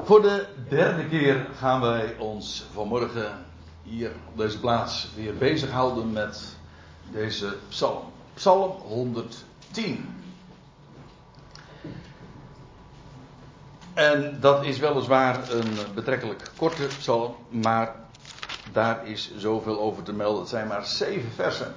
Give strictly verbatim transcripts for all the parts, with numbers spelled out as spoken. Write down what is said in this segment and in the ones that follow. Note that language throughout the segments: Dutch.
Voor de derde keer gaan wij ons vanmorgen hier op deze plaats weer bezighouden met deze psalm. Psalm honderdtien. En dat is weliswaar een betrekkelijk korte psalm, maar daar is zoveel over te melden. Het zijn maar zeven versen.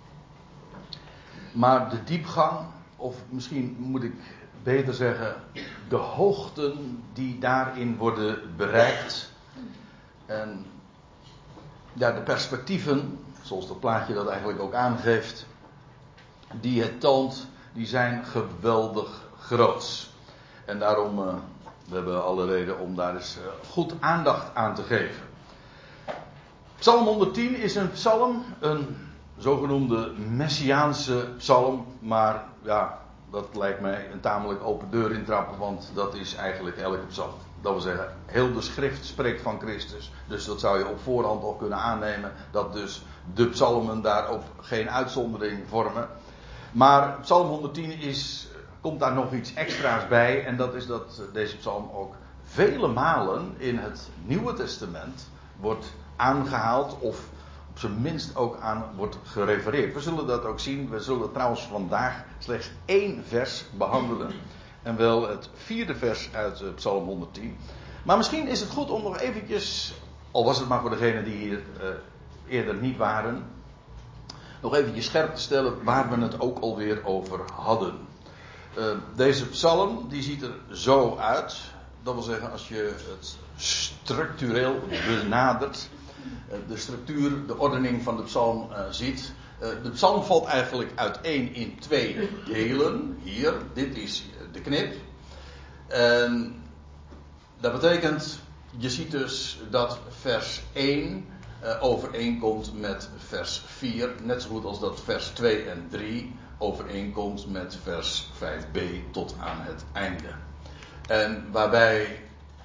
Maar de diepgang, of misschien moet ik beter zeggen, de hoogten die daarin worden bereikt. En ja, de perspectieven, zoals dat plaatje dat eigenlijk ook aangeeft, die het toont, die zijn geweldig groots. En daarom, uh, we hebben alle reden om daar eens uh, goed aandacht aan te geven. Psalm honderdtien is een psalm, een zogenoemde messiaanse psalm, maar ja, dat lijkt mij een tamelijk open deur intrappen, want dat is eigenlijk elke psalm. Dat wil zeggen, heel de schrift spreekt van Christus. Dus dat zou je op voorhand al kunnen aannemen, dat dus de psalmen daarop geen uitzondering vormen. Maar psalm honderdtien is, komt daar nog iets extra's bij, en dat is dat deze psalm ook vele malen in het Nieuwe Testament wordt aangehaald, of op zijn minst ook aan wordt gerefereerd. We zullen dat ook zien. We zullen trouwens vandaag slechts één vers behandelen. En wel het vierde vers uit uh, Psalm honderdtien. Maar misschien is het goed om nog eventjes, al was het maar voor degenen die hier uh, eerder niet waren, nog eventjes scherp te stellen waar we het ook alweer over hadden. Uh, deze psalm die ziet er zo uit. Dat wil zeggen, als je het structureel benadert, de structuur, de ordening van de psalm uh, ziet. Uh, de psalm valt eigenlijk uiteen in twee delen. Hier, dit is de knip. En dat betekent, je ziet dus dat vers één uh, overeenkomt met vers vier. Net zo goed als dat vers twee en drie overeenkomt met vers vijf b tot aan het einde. En waarbij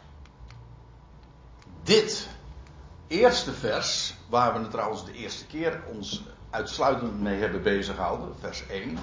dit eerste vers, waar we het trouwens de eerste keer ons uitsluitend mee hebben bezighouden, vers één.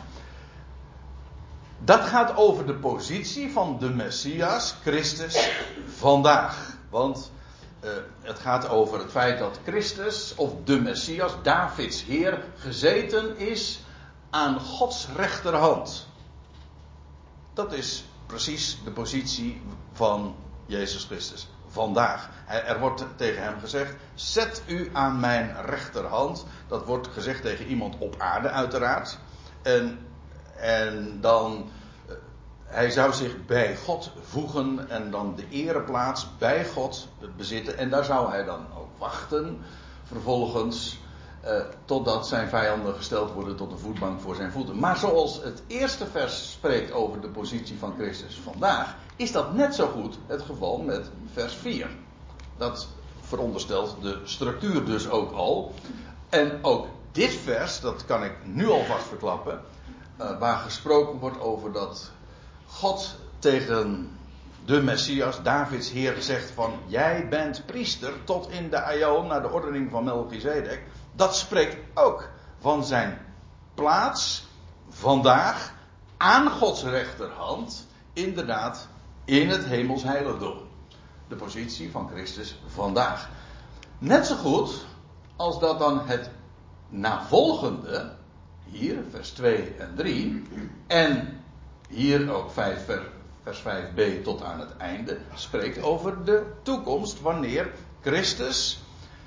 Dat gaat over de positie van de Messias, Christus, vandaag. Want uh, het gaat over het feit dat Christus, of de Messias, Davids Heer, gezeten is aan Gods rechterhand. Dat is precies de positie van Jezus Christus. Vandaag. Er wordt tegen hem gezegd, zet u aan mijn rechterhand. Dat wordt gezegd tegen iemand op aarde uiteraard. En, en dan, hij zou zich bij God voegen en dan de ereplaats bij God bezitten. En daar zou hij dan ook wachten, vervolgens, eh, totdat zijn vijanden gesteld worden tot een voetbank voor zijn voeten. Maar zoals het eerste vers spreekt over de positie van Christus vandaag, is dat net zo goed het geval met vers vier. Dat veronderstelt de structuur dus ook al. En ook dit vers, dat kan ik nu alvast verklappen, uh, waar gesproken wordt over dat God tegen de Messias, Davids Heer, zegt van, jij bent priester tot in de aion, naar de ordening van Melchizedek. Dat spreekt ook van zijn plaats vandaag aan Gods rechterhand, inderdaad in het hemels heiligdom. De positie van Christus vandaag. Net zo goed als dat dan het navolgende, hier vers twee en drie, en hier ook vijf, vers vijf b tot aan het einde, spreekt over de toekomst, wanneer Christus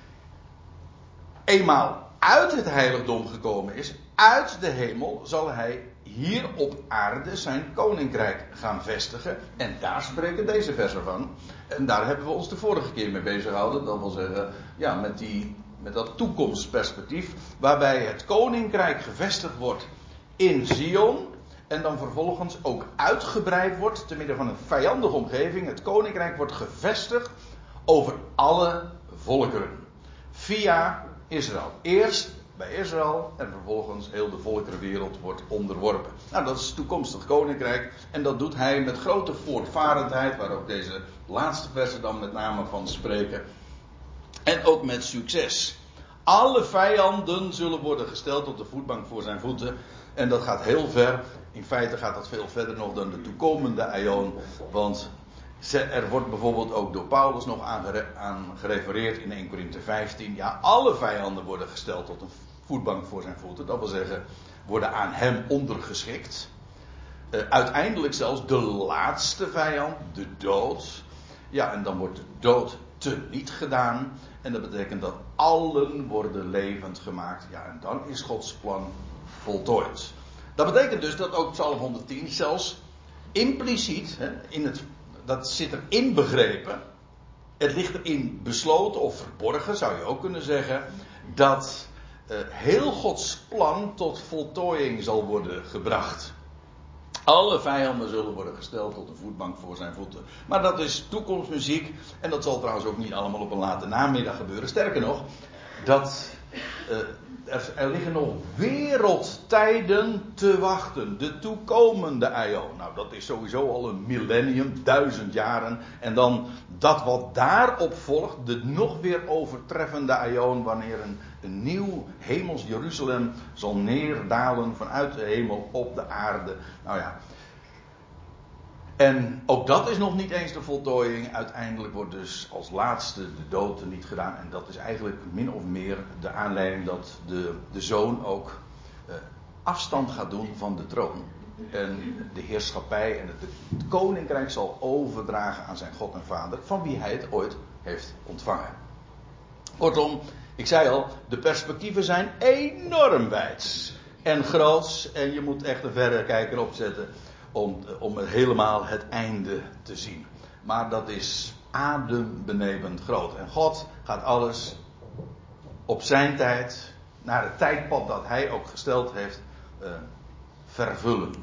eenmaal uit het heiligdom gekomen is, uit de hemel, zal hij hier op aarde zijn koninkrijk gaan vestigen. En daar spreken deze versen van. En daar hebben we ons de vorige keer mee bezig gehouden. Dat wil zeggen, ja, met, die, met dat toekomstperspectief, waarbij het koninkrijk gevestigd wordt in Zion. En dan vervolgens ook uitgebreid wordt, te midden van een vijandige omgeving. Het koninkrijk wordt gevestigd over alle volkeren. Via Israël. Eerst bij Israël en vervolgens heel de volkerenwereld wordt onderworpen. Nou, dat is het toekomstig koninkrijk. En dat doet hij met grote voortvarendheid, waar ook deze laatste versen dan met name van spreken. En ook met succes. Alle vijanden zullen worden gesteld op de voetbank voor zijn voeten. En dat gaat heel ver. In feite gaat dat veel verder nog dan de toekomende aion. Want Er wordt bijvoorbeeld ook door Paulus nog aan, gere- aan gerefereerd in Eerste Korinthe vijftien. Ja, alle vijanden worden gesteld tot een voetbank voor zijn voeten. Dat wil zeggen, worden aan hem ondergeschikt. Uh, uiteindelijk zelfs de laatste vijand, de dood. Ja, en dan wordt de dood teniet gedaan. En dat betekent dat allen worden levend gemaakt. Ja, en dan is Gods plan voltooid. Dat betekent dus dat ook Psalm honderdtien zelfs impliciet, hè, in het, dat zit er inbegrepen. Het ligt erin besloten of verborgen, zou je ook kunnen zeggen, dat uh, heel Gods plan tot voltooiing zal worden gebracht. Alle vijanden zullen worden gesteld tot een voetbank voor zijn voeten. Maar dat is toekomstmuziek. En dat zal trouwens ook niet allemaal op een late namiddag gebeuren. Sterker nog, dat, uh, er, er liggen nog wereldtijden te wachten. De toekomende aion. Nou, dat is sowieso al een millennium, duizend jaren. En dan dat wat daarop volgt, de nog weer overtreffende aion, wanneer een, een nieuw hemels Jeruzalem zal neerdalen vanuit de hemel op de aarde. Nou ja. En ook dat is nog niet eens de voltooiing. Uiteindelijk wordt dus als laatste de dood niet gedaan. En dat is eigenlijk min of meer de aanleiding dat de, de zoon ook eh, afstand gaat doen van de troon. En de heerschappij en het, het koninkrijk zal overdragen aan zijn God en Vader, van wie hij het ooit heeft ontvangen. Kortom, ik zei al, de perspectieven zijn enorm wijd en groots. En je moet echt een verrekijker opzetten om, om helemaal het einde te zien. Maar dat is adembenemend groot. En God gaat alles op zijn tijd, naar het tijdpad dat hij ook gesteld heeft, uh, vervullen.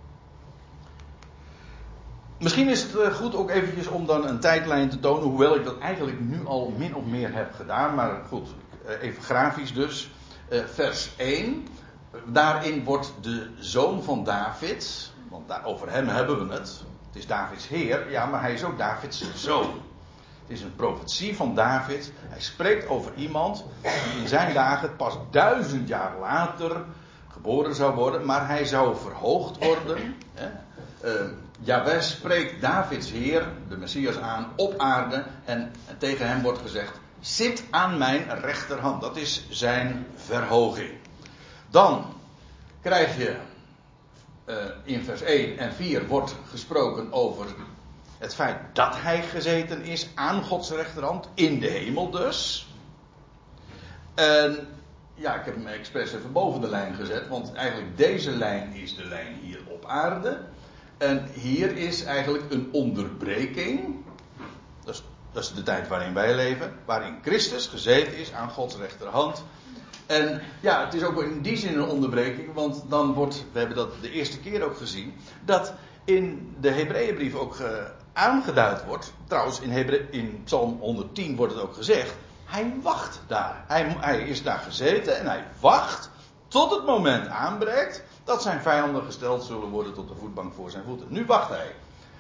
Misschien is het goed ook eventjes om dan een tijdlijn te tonen, hoewel ik dat eigenlijk nu al min of meer heb gedaan. Maar goed, even grafisch dus. Uh, vers één. Daarin wordt de zoon van David, want daar, over hem hebben we het. Het is Davids heer, ja, maar hij is ook Davids zoon. Het is een profetie van David. Hij spreekt over iemand die in zijn dagen pas duizend jaar later geboren zou worden, maar hij zou verhoogd worden. Hè. Uh, Jahweh spreekt Davids heer, de Messias, aan op aarde en, en tegen hem wordt gezegd: zit aan mijn rechterhand. Dat is zijn verhoging. Dan krijg je uh, in vers één en vier wordt gesproken over het feit dat hij gezeten is aan Gods rechterhand, in de hemel dus. En ja, ik heb hem expres even boven de lijn gezet, want eigenlijk deze lijn is de lijn hier op aarde. En hier is eigenlijk een onderbreking. Dat is, dat is de tijd waarin wij leven, waarin Christus gezeten is aan Gods rechterhand. En ja, het is ook in die zin een onderbreking, want dan wordt, we hebben dat de eerste keer ook gezien, dat in de Hebreeënbrief ook ge, aangeduid wordt. Trouwens, in, Hebre, in Psalm honderdtien wordt het ook gezegd. Hij wacht daar. Hij, hij is daar gezeten en hij wacht tot het moment aanbreekt dat zijn vijanden gesteld zullen worden tot de voetbank voor zijn voeten. Nu wacht hij.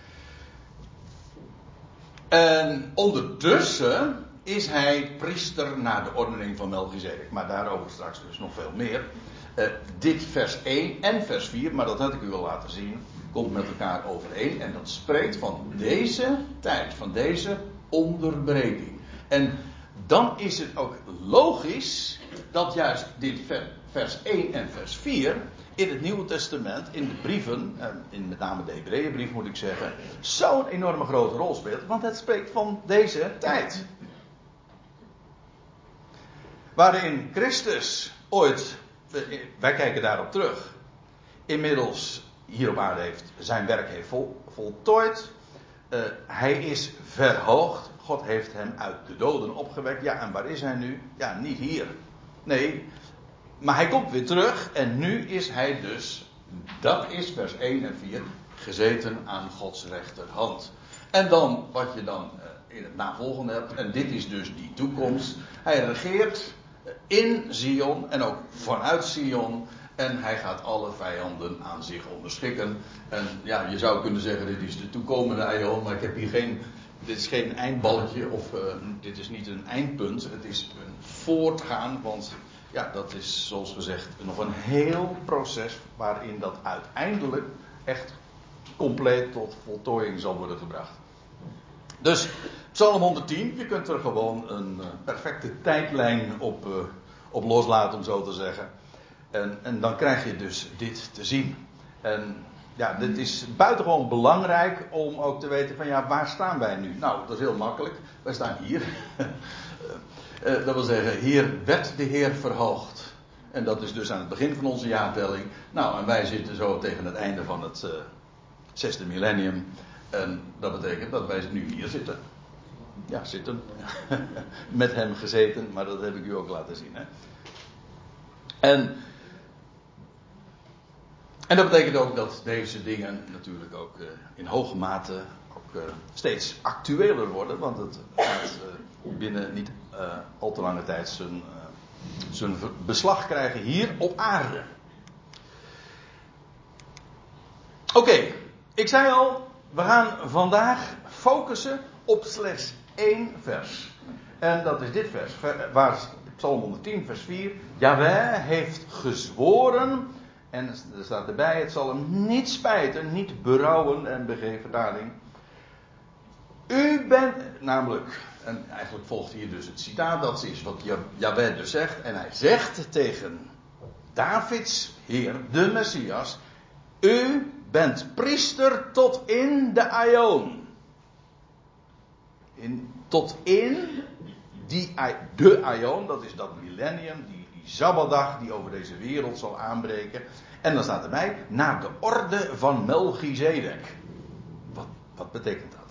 En ondertussen is hij priester naar de ordening van Melchizedek. Maar daarover straks dus nog veel meer. Uh, dit vers één en vers vier, maar dat had ik u al laten zien, komt met elkaar overeen. En dat spreekt van deze tijd, van deze onderbreking. En dan is het ook logisch dat juist dit vers één en vers vier in het Nieuwe Testament, in de brieven, in met name de Hebreeënbrief moet ik zeggen, zo'n enorme grote rol speelt. Want het spreekt van deze tijd. Waarin Christus ooit, wij kijken daarop terug, inmiddels hier op aarde heeft zijn werk heeft vol, voltooid. Uh, hij is verhoogd. God heeft hem uit de doden opgewekt. Ja, en waar is hij nu? Ja, niet hier. Nee, maar hij komt weer terug. En nu is hij dus, dat is vers één en vier, gezeten aan Gods rechterhand. En dan, wat je dan uh, in het navolgende hebt, en dit is dus die toekomst. Hij regeert in Sion en ook vanuit Sion. En hij gaat alle vijanden aan zich onderschikken. En ja, je zou kunnen zeggen, dit is de toekomende aion, maar ik heb hier geen, dit is geen eindballetje of uh, dit is niet een eindpunt. Het is een voortgaan, want ja, dat is zoals gezegd nog een heel proces waarin dat uiteindelijk echt compleet tot voltooiing zal worden gebracht. Dus Psalm honderdtien, je kunt er gewoon een uh, perfecte tijdlijn op, uh, op loslaten, om zo te zeggen. En, en dan krijg je dus dit te zien. En ja, dit is buitengewoon belangrijk om ook te weten van ja, waar staan wij nu? Nou, dat is heel makkelijk. Wij staan hier. uh, uh, dat wil zeggen, hier werd de Heer verhoogd. En dat is dus aan het begin van onze jaartelling. Nou, en wij zitten zo tegen het einde van het uh, zesde millennium. En dat betekent dat wij nu hier zitten. Ja, zitten. Met hem gezeten, maar dat heb ik u ook laten zien. Hè? En, en dat betekent ook dat deze dingen natuurlijk ook uh, in hoge mate ook, uh, steeds actueler worden. Want het gaat uh, binnen niet uh, al te lange tijd zijn, uh, zijn beslag krijgen hier op aarde. Oké, okay, ik zei al, we gaan vandaag focussen op slechts één vers. En dat is dit vers, waar Psalm honderdtien, vers vier. Jahweh heeft gezworen, en er staat erbij, het zal hem niet spijten, niet berouwen, en begeef vertaling. U bent, namelijk, en eigenlijk volgt hier dus het citaat, dat is wat Jahweh dus zegt. En hij zegt tegen Davids Heer, de Messias, u bent priester tot in de aion. In, tot in die, de aion, dat is dat millennium, die, die Sabbatdag die over deze wereld zal aanbreken. En dan staat erbij, naar de orde van Melchizedek. Wat, wat betekent dat?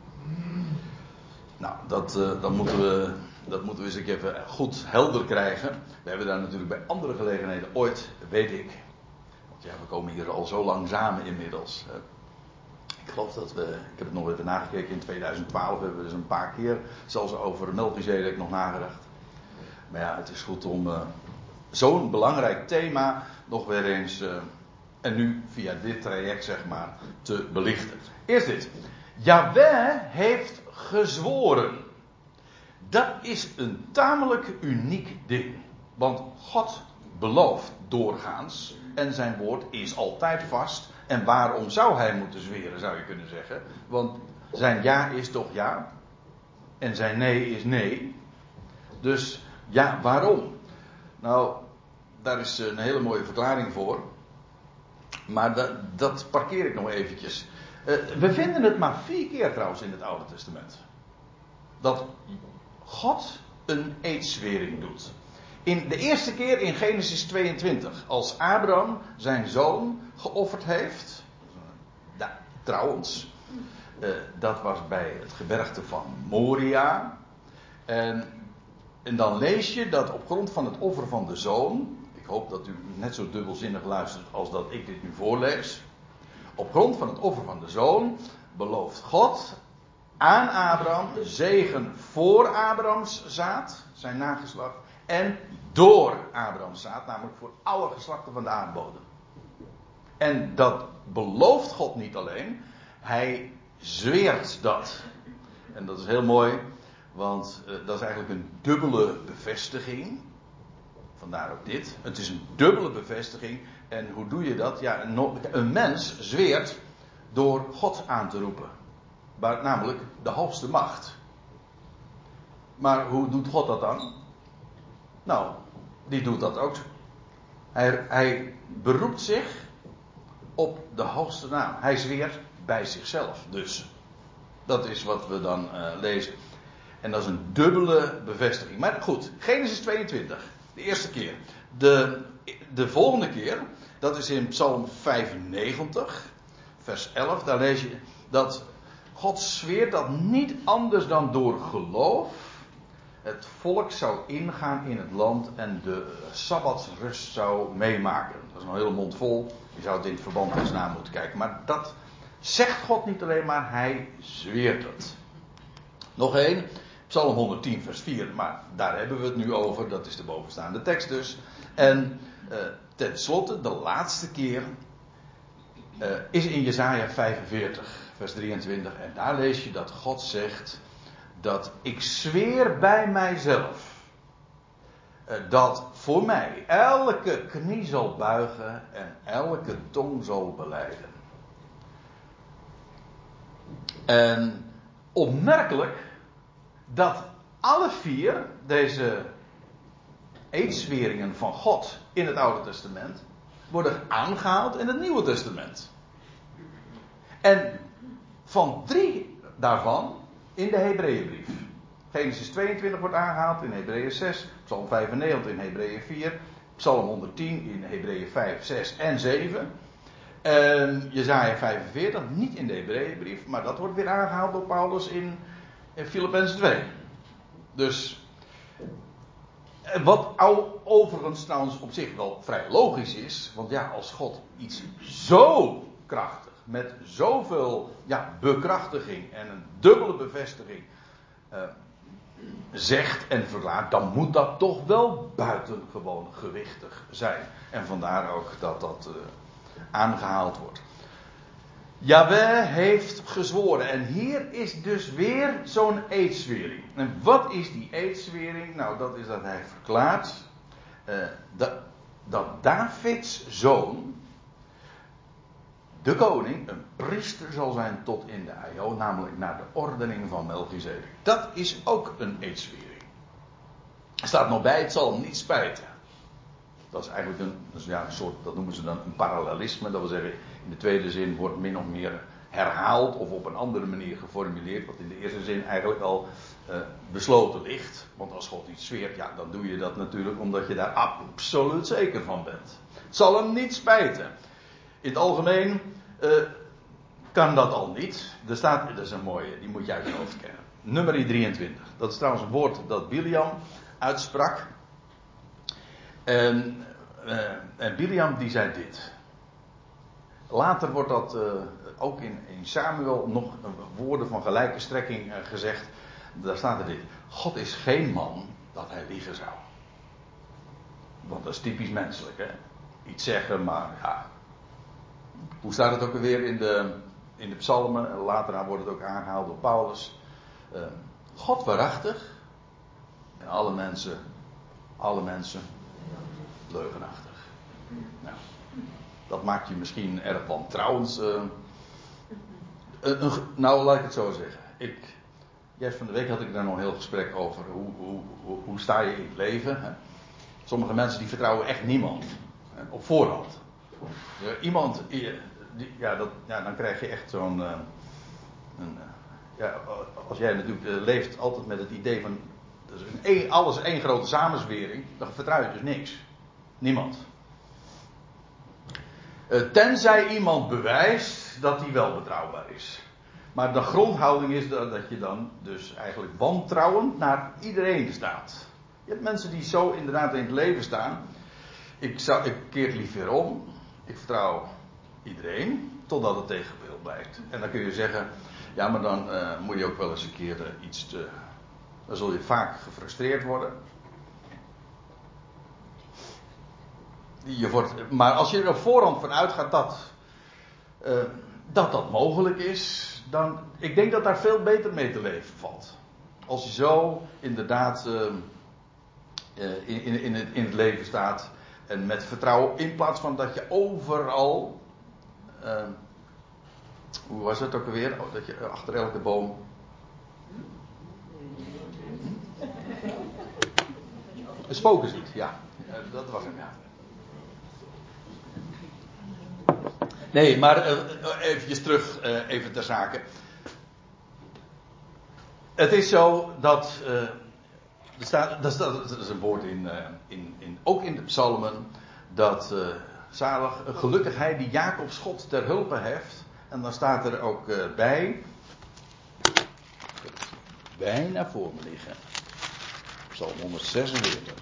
Nou, dat, uh, dan moeten we, dat moeten we eens even goed helder krijgen. We hebben daar natuurlijk bij andere gelegenheden ooit, weet ik. Want ja, we komen hier al zo lang samen inmiddels. Uh, Ik geloof dat we, ik heb het nog even nagekeken, in tweeduizend twaalf hebben we dus een paar keer zelfs over Melchizedek nog nagedacht. Maar ja, het is goed om uh, zo'n belangrijk thema nog weer eens, uh, en nu via dit traject zeg maar, te belichten. Eerst dit. Jahweh heeft gezworen. Dat is een tamelijk uniek ding. Want God belooft doorgaans en zijn woord is altijd vast. En waarom zou hij moeten zweren, zou je kunnen zeggen. Want zijn ja is toch ja. En zijn nee is nee. Dus ja, waarom? Nou, daar is een hele mooie verklaring voor. Maar dat, dat parkeer ik nog eventjes. Uh, we vinden het maar vier keer trouwens in het Oude Testament. Dat God een eedzwering doet. In de eerste keer in Genesis tweeëntwintig. Als Abraham zijn zoon geofferd heeft. Nou, trouwens. Uh, dat was bij het gebergte van Moria. En, en dan lees je dat op grond van het offer van de zoon. Ik hoop dat u net zo dubbelzinnig luistert als dat ik dit nu voorlees. Op grond van het offer van de zoon belooft God aan Abraham zegen voor Abrahams zaad, zijn nageslacht, en door Abrahams zaad, namelijk voor alle geslachten van de aardbodem. En dat belooft God niet alleen, hij zweert dat. En dat is heel mooi, want uh, dat is eigenlijk een dubbele bevestiging. Vandaar ook dit. Het is een dubbele bevestiging. En hoe doe je dat? Ja, een, een mens zweert door God aan te roepen. Maar, namelijk de hoogste macht. Maar hoe doet God dat dan? Nou, die doet dat ook. Hij, hij beroept zich op de hoogste naam. Hij zweert bij zichzelf. Dus dat is wat we dan uh, lezen. En dat is een dubbele bevestiging. Maar goed, Genesis tweeëntwintig. De eerste keer. De, de volgende keer, dat is in Psalm vijfennegentig, vers elf. Daar lees je dat God zweert dat niet anders dan door geloof het volk zou ingaan in het land en de sabbatsrust zou meemaken. Dat is een hele mond vol. Je zou het in het verband eens na moeten kijken. Maar dat zegt God niet alleen maar, hij zweert het. Nog één. Psalm honderdtien vers vier, maar daar hebben we het nu over. Dat is de bovenstaande tekst dus. En uh, ten slotte, de laatste keer, uh, is in Jesaja vijfenveertig vers drieëntwintig. En daar lees je dat God zegt dat ik zweer bij mijzelf. Uh, dat voor mij elke knie zal buigen en elke tong zal belijden. En opmerkelijk dat alle vier deze eedzweringen van God in het Oude Testament worden aangehaald in het Nieuwe Testament. En van drie daarvan in de Hebreeënbrief. Genesis tweeëntwintig wordt aangehaald in Hebreeën zes, Psalm vijfennegentig in Hebreeën vier, Psalm honderdtien in Hebreeën vijf, zes en zeven. En Jesaja vijfenveertig, niet in de Hebreeënbrief, maar dat wordt weer aangehaald door Paulus in, in Filippenzen twee. Dus, wat overigens trouwens op zich wel vrij logisch is, want ja, als God iets zo krachtig, met zoveel ja, bekrachtiging en een dubbele bevestiging uh, zegt en verklaart, dan moet dat toch wel buitengewoon gewichtig zijn. En vandaar ook dat dat uh, aangehaald wordt. Jahweh heeft gezworen. En hier is dus weer zo'n eedzwering. En wat is die eedzwering? Nou, dat is dat hij verklaart uh, dat, dat Davids zoon, de koning, een priester zal zijn tot in de aion, namelijk naar de ordening van Melchizedek. Dat is ook een eedzwering. Er staat nog bij, het zal hem niet spijten. Dat is eigenlijk een, dus ja, een soort, dat noemen ze dan een parallelisme. Dat wil zeggen, in de tweede zin wordt min of meer herhaald of op een andere manier geformuleerd. Wat in de eerste zin eigenlijk al uh, besloten ligt. Want als God iets zweert, ja, dan doe je dat natuurlijk omdat je daar absoluut zeker van bent. Het zal hem niet spijten. In het algemeen uh, kan dat al niet. Er staat, dat is een mooie, die moet je uit je hoofd kennen. Nummer drieëntwintig. Dat is trouwens een woord dat Biliam uitsprak. En, uh, en Biliam die zei dit. Later wordt dat uh, ook in, in Samuel nog woorden van gelijke strekking uh, gezegd. Daar staat er dit. God is geen man dat hij liegen zou. Want dat is typisch menselijk, hè. Iets zeggen, maar ja. Hoe staat het ook alweer in de, in de psalmen? Later wordt het ook aangehaald door Paulus. Uh, God waarachtig. En alle mensen, alle mensen leugenachtig. Nou, dat maakt je misschien erg wantrouwend. Uh, een, een, nou, laat ik het zo zeggen. Ik, juist van de week had ik daar nog een heel gesprek over. Hoe, hoe, hoe, hoe sta je in het leven? Hè? Sommige mensen die vertrouwen echt niemand. Hè, op voorhand. Ja, iemand, die, ja, dat, ja, dan krijg je echt zo'n... Uh, een, uh, ja, als jij natuurlijk uh, leeft altijd met het idee van... Dus een, alles één grote samenzwering, dan vertrouw je dus niks. Niemand. Uh, tenzij iemand bewijst dat hij wel betrouwbaar is. Maar de grondhouding is dat, dat je dan dus eigenlijk wantrouwend naar iedereen staat. Je hebt mensen die zo inderdaad in het leven staan. Ik, zou, ik keer het liever om. Ik vertrouw iedereen, totdat het tegenbeeld blijkt. En dan kun je zeggen, ja, maar dan uh, moet je ook wel eens een keer uh, iets te... Dan zul je vaak gefrustreerd worden. Je wordt, maar als je er op voorhand van uitgaat dat, uh, dat dat mogelijk is, dan, ik denk dat daar veel beter mee te leven valt. Als je zo inderdaad uh, uh, in, in, in, het, in het leven staat en met vertrouwen, in plaats van dat je overal, uh, hoe was het ook alweer, oh, dat je achter elke boom... Een spook is niet, ja. Uh, dat was hem, ja. Nee, maar uh, eventjes terug, uh, even ter zake. Het is zo dat, uh, er staat, dat, staat, dat is een woord in, uh, in, in, ook in de psalmen, dat uh, zalig, uh, gelukkig hij die Jacobs God ter hulpe heeft. En dan staat er ook uh, bij, bijna voor me liggen, Psalm honderdzesenveertig.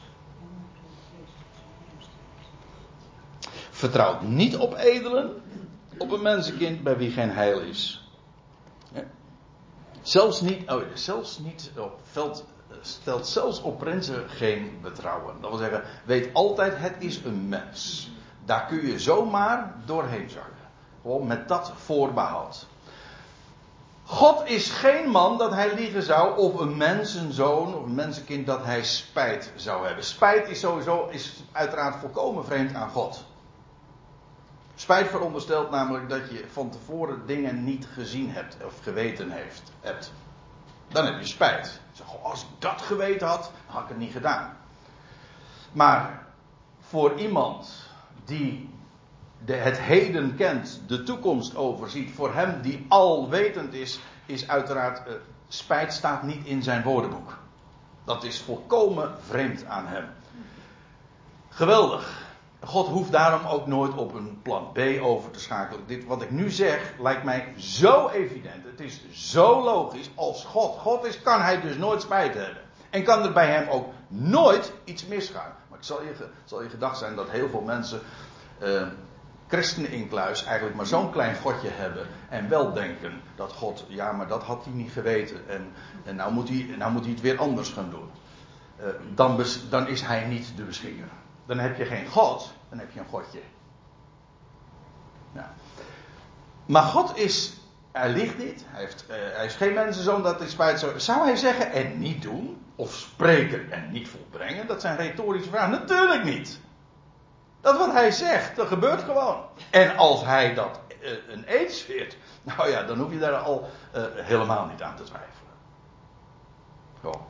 Vertrouwt niet op edelen, op een mensenkind bij wie geen heil is. Ja. Zelfs niet, oh, zelfs niet op veld, stelt zelfs op prinsen geen betrouwen. Dat wil zeggen, weet altijd, het is een mens. Daar kun je zomaar doorheen zakken. Gewoon met dat voorbehoud. God is geen man dat hij liegen zou, of een mensenzoon, of een mensenkind dat hij spijt zou hebben. Spijt is sowieso, is uiteraard volkomen vreemd aan God. Spijt veronderstelt namelijk dat je van tevoren dingen niet gezien hebt of geweten heeft, hebt. Dan heb je spijt. Zeg, als ik dat geweten had, had ik het niet gedaan. Maar voor iemand die de, het heden kent, de toekomst overziet, voor hem die alwetend is, is uiteraard uh, spijt staat niet in zijn woordenboek. Dat is volkomen vreemd aan hem. Geweldig. God hoeft daarom ook nooit op een plan B over te schakelen. Dit wat ik nu zeg lijkt mij zo evident. Het is zo logisch. Als God God is, kan hij dus nooit spijt hebben. En kan er bij hem ook nooit iets misgaan. Maar het zal je, het zal je gedacht zijn dat heel veel mensen, eh, christenen incluis, eigenlijk maar zo'n klein godje hebben. En wel denken dat God, ja maar dat had hij niet geweten. En, en nou, moet hij, nou moet hij het weer anders gaan doen. Uh, dan, bes, dan is hij niet de beschikker. Dan heb je geen God, dan heb je een godje. Ja. Maar God is, hij liegt niet, hij, heeft, uh, hij is geen mensenzoon dat hij spijt zou. Zou hij zeggen en niet doen? Of spreken en niet volbrengen? Dat zijn retorische vragen. Natuurlijk niet. Dat wat hij zegt, dat gebeurt gewoon. En als hij dat uh, een eed zweert, nou ja, dan hoef je daar al uh, helemaal niet aan te twijfelen. Gewoon.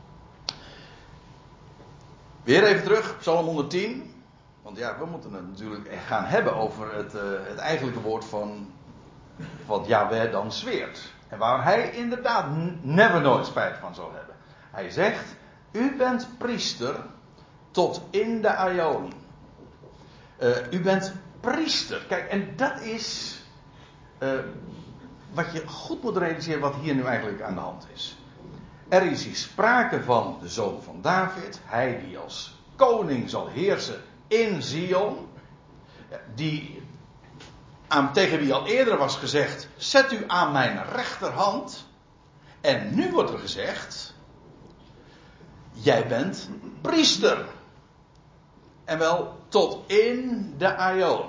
Weer even terug, Psalm honderdtien. Want ja, we moeten het natuurlijk gaan hebben over het, uh, het eigenlijke woord van wat Yahweh dan zweert. En waar hij inderdaad never nooit spijt van zal hebben. Hij zegt, u bent priester tot in de aion. Uh, u bent priester. Kijk, en dat is uh, wat je goed moet realiseren wat hier nu eigenlijk aan de hand is. Er is hier sprake van de zoon van David. Hij die als koning zal heersen in Zion. Die aan, tegen wie al eerder was gezegd, zet u aan mijn rechterhand. En nu wordt er gezegd, jij bent priester. En wel tot in de aion.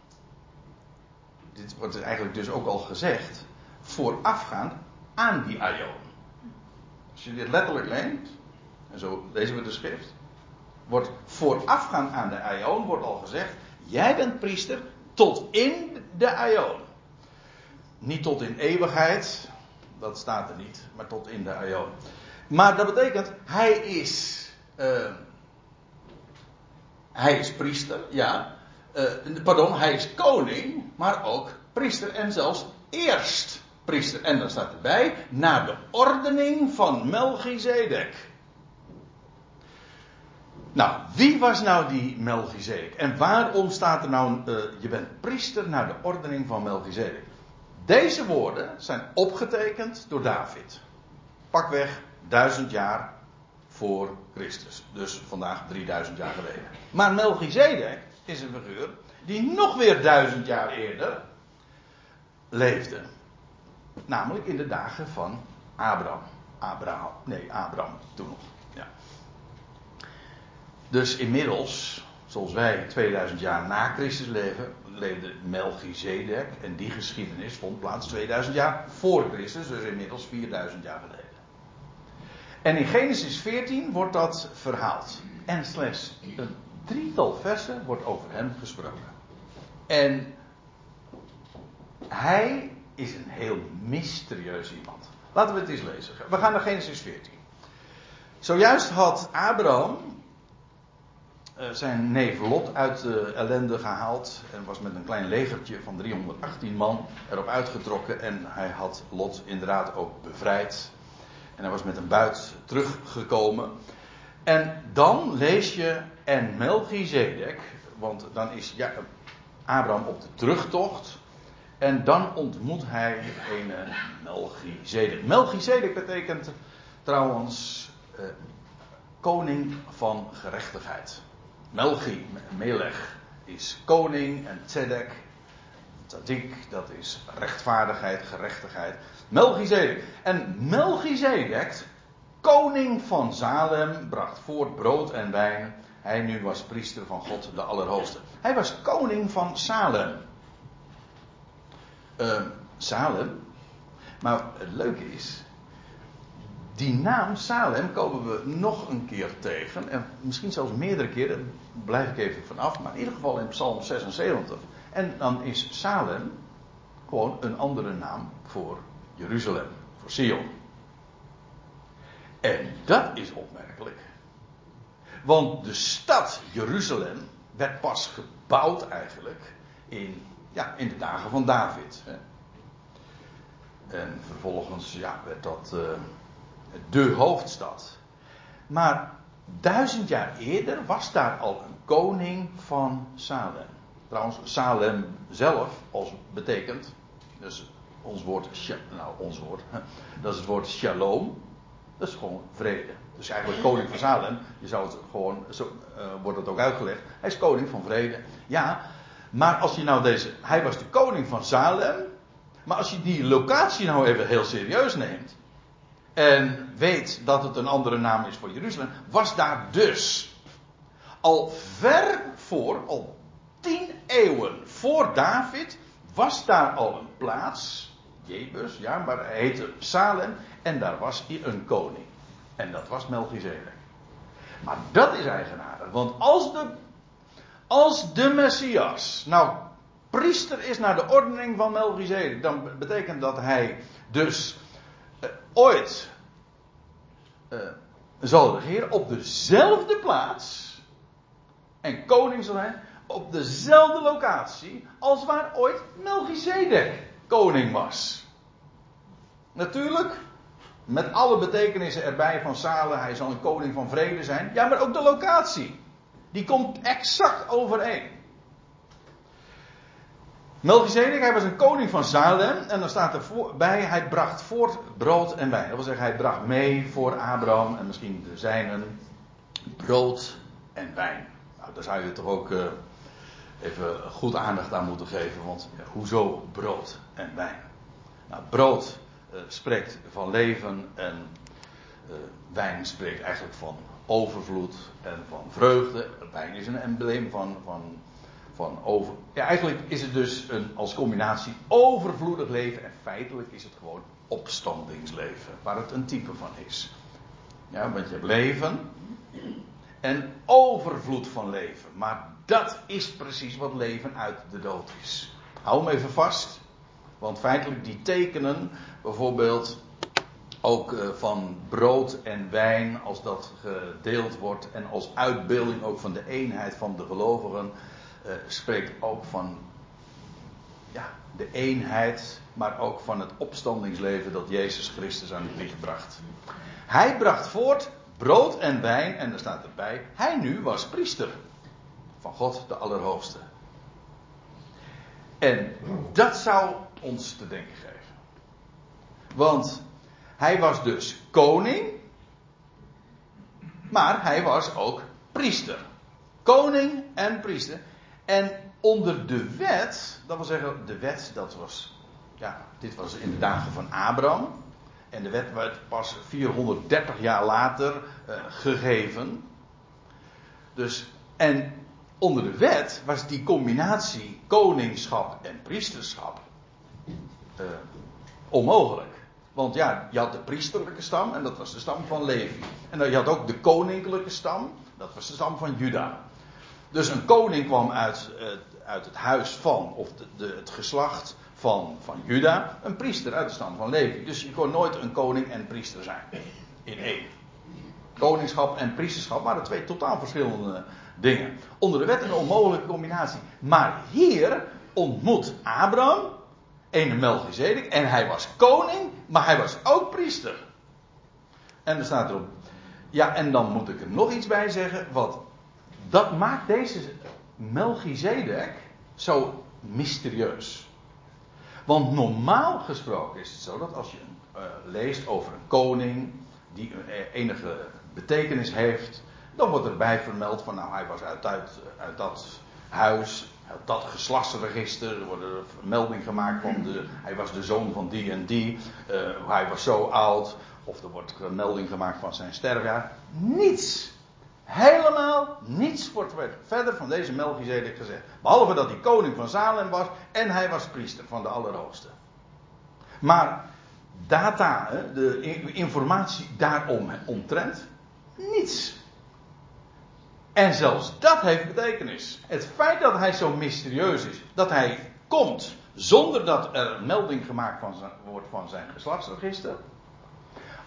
Dit wordt eigenlijk dus ook al gezegd, voorafgaand aan die aion. Als je dit letterlijk leent, en zo lezen we de schrift, wordt voorafgaand aan de aion, wordt al gezegd, jij bent priester tot in de aion. Niet tot in eeuwigheid, dat staat er niet, maar tot in de aion. Maar dat betekent, hij is, uh, hij is priester, ja, uh, pardon, hij is koning, maar ook priester en zelfs eerst priester. En dan staat erbij, naar de ordening van Melchizedek. Nou, wie was nou die Melchizedek? En waarom staat er nou, uh, je bent priester naar de ordening van Melchizedek? Deze woorden zijn opgetekend door David. Pakweg duizend jaar voor Christus. Dus vandaag drieduizend jaar geleden. Maar Melchizedek is een figuur die nog weer duizend jaar eerder leefde. Namelijk in de dagen van Abraham. Abraham, nee, Abraham toen nog. Ja. Dus inmiddels, zoals wij tweeduizend jaar na Christus leven, leefde Melchizedek. En die geschiedenis vond plaats tweeduizend jaar voor Christus, dus inmiddels vierduizend jaar geleden. En in Genesis veertien wordt dat verhaald. En slechts een drietal versen wordt over hem gesproken. En hij is een heel mysterieus iemand. Laten we het eens lezen. We gaan naar Genesis veertien. Zojuist had Abraham uh, zijn neef Lot uit de ellende gehaald. En was met een klein legertje van driehonderdachttien man erop uitgetrokken. En hij had Lot inderdaad ook bevrijd. En hij was met een buit teruggekomen. En dan lees je, en Melchizedek, want dan is ja, Abraham op de terugtocht. En dan ontmoet hij een Melchizedek. Melchizedek betekent trouwens uh, koning van gerechtigheid. Melchi, Melech, is koning en Tzedek, Tzadik, dat is rechtvaardigheid, gerechtigheid. Melchizedek. En Melchizedek, koning van Salem, bracht voort brood en wijn. Hij nu was priester van God de Allerhoogste. Hij was koning van Salem. Uh, Salem. Maar het leuke is, die naam Salem komen we nog een keer tegen. En misschien zelfs meerdere keren, daar blijf ik even vanaf. Maar in ieder geval in Psalm zesenzeventig. En dan is Salem gewoon een andere naam voor Jeruzalem, voor Sion. En dat is opmerkelijk. Want de stad Jeruzalem werd pas gebouwd eigenlijk in, ja, in de dagen van David. Hè. En vervolgens ja, werd dat uh, de hoofdstad. Maar duizend jaar eerder was daar al een koning van Salem. Trouwens, Salem zelf als betekent, dus ons woord, nou ons woord, dat is het woord shalom. Dat is gewoon vrede. Dus eigenlijk koning van Salem, je zou het gewoon, zo uh, wordt het ook uitgelegd. Hij is koning van vrede. Ja, maar als je nou deze, hij was de koning van Salem. Maar als je die locatie nou even heel serieus neemt. En weet dat het een andere naam is voor Jeruzalem. Was daar dus al ver voor, al tien eeuwen voor David. Was daar al een plaats. Jebus, ja, maar hij heette Salem. En daar was een koning. En dat was Melchizedek. Maar dat is eigenaardig. Want als de, als de Messias nou priester is naar de ordening van Melchizedek, dan betekent dat hij dus uh, ooit uh, zal regeren op dezelfde plaats en koning zal zijn op dezelfde locatie als waar ooit Melchizedek koning was. Natuurlijk, met alle betekenissen erbij van Salem, hij zal een koning van vrede zijn. Ja, maar ook de locatie. Die komt exact overeen. Melchizedek, hij was een koning van Salem. En dan staat er voor, bij, hij bracht voort brood en wijn. Dat wil zeggen, hij bracht mee voor Abraham en misschien de zijnen brood en wijn. Nou, daar zou je toch ook uh, even goed aandacht aan moeten geven. Want ja, hoezo brood en wijn? Nou, brood uh, spreekt van leven en uh, wijn spreekt eigenlijk van overvloed en van vreugde. Wijn is een embleem van, van, van over. Ja, eigenlijk is het dus een, als combinatie overvloedig leven en feitelijk is het gewoon opstandingsleven, waar het een type van is. Ja, want je hebt leven en overvloed van leven. Maar dat is precies wat leven uit de dood is. Hou hem even vast. Want feitelijk die tekenen, bijvoorbeeld ook uh, van brood en wijn, als dat gedeeld wordt en als uitbeelding ook van de eenheid van de gelovigen, uh, spreekt ook van ja, de eenheid, maar ook van het opstandingsleven dat Jezus Christus aan het licht bracht. Hij bracht voort brood en wijn en er staat erbij, hij nu was priester van God de Allerhoogste. En dat zou ons te denken geven. Want hij was dus koning, maar hij was ook priester. Koning en priester. En onder de wet, dat wil zeggen, de wet, dat was, ja, dit was in de dagen van Abraham. En de wet werd pas vierhonderddertig jaar later uh, gegeven. Dus, en onder de wet was die combinatie koningschap en priesterschap uh, onmogelijk. Want ja, je had de priesterlijke stam en dat was de stam van Levi. En dan je had ook de koninklijke stam, dat was de stam van Juda. Dus een koning kwam uit, uh, uit het huis van, of de, de, het geslacht van, van Juda. Een priester uit de stam van Levi. Dus je kon nooit een koning en priester zijn. In één. Koningschap en priesterschap waren twee totaal verschillende dingen. Onder de wet een onmogelijke combinatie. Maar hier ontmoet Abraham een Melchizedek en hij was koning, maar hij was ook priester. En er staat erop. Ja, en dan moet ik er nog iets bij zeggen. Wat dat maakt deze Melchizedek zo mysterieus. Want normaal gesproken is het zo dat als je uh, leest over een koning die een, enige betekenis heeft, dan wordt erbij vermeld van nou hij was uit, uit, uit dat huis, uit dat geslachtsregister, er wordt er melding gemaakt van de, hij was de zoon van die en die, uh, hij was zo oud, of er wordt melding gemaakt van zijn sterfjaar. Niets. Helemaal niets wordt verder van deze Melchizedek gezegd. Behalve dat hij koning van Salem was en hij was priester van de Allerhoogste. Maar data, de informatie daarom omtrent, niets. En zelfs dat heeft betekenis. Het feit dat hij zo mysterieus is, dat hij komt zonder dat er een melding gemaakt van zijn, wordt van zijn geslachtsregister.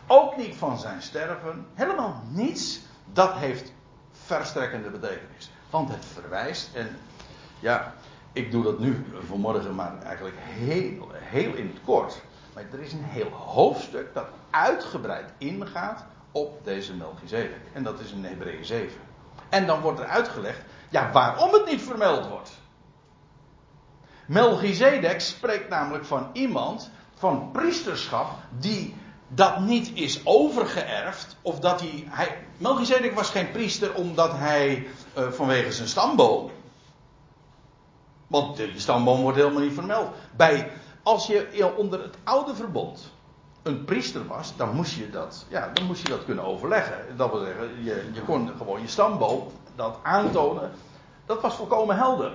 ook niet van zijn sterven. Helemaal niets. Dat heeft verstrekkende betekenis. Want het verwijst, en ja, ik doe dat nu vanmorgen maar eigenlijk heel, heel in het kort. Maar er is een heel hoofdstuk dat uitgebreid ingaat op deze Melchizedek. En dat is in Hebreeën zeven. En dan wordt er uitgelegd, ja, waarom het niet vermeld wordt. Melchizedek spreekt namelijk van iemand, van priesterschap, die dat niet is overgeërfd. Of dat hij, hij Melchizedek was geen priester omdat hij uh, vanwege zijn stamboom. Want de stamboom wordt helemaal niet vermeld. Bij, als je onder het oude verbond een priester was, dan moest je dat, ja, dan moest je dat kunnen overleggen. Dat wil zeggen, je, je kon gewoon je stamboom dat aantonen. Dat was volkomen helder.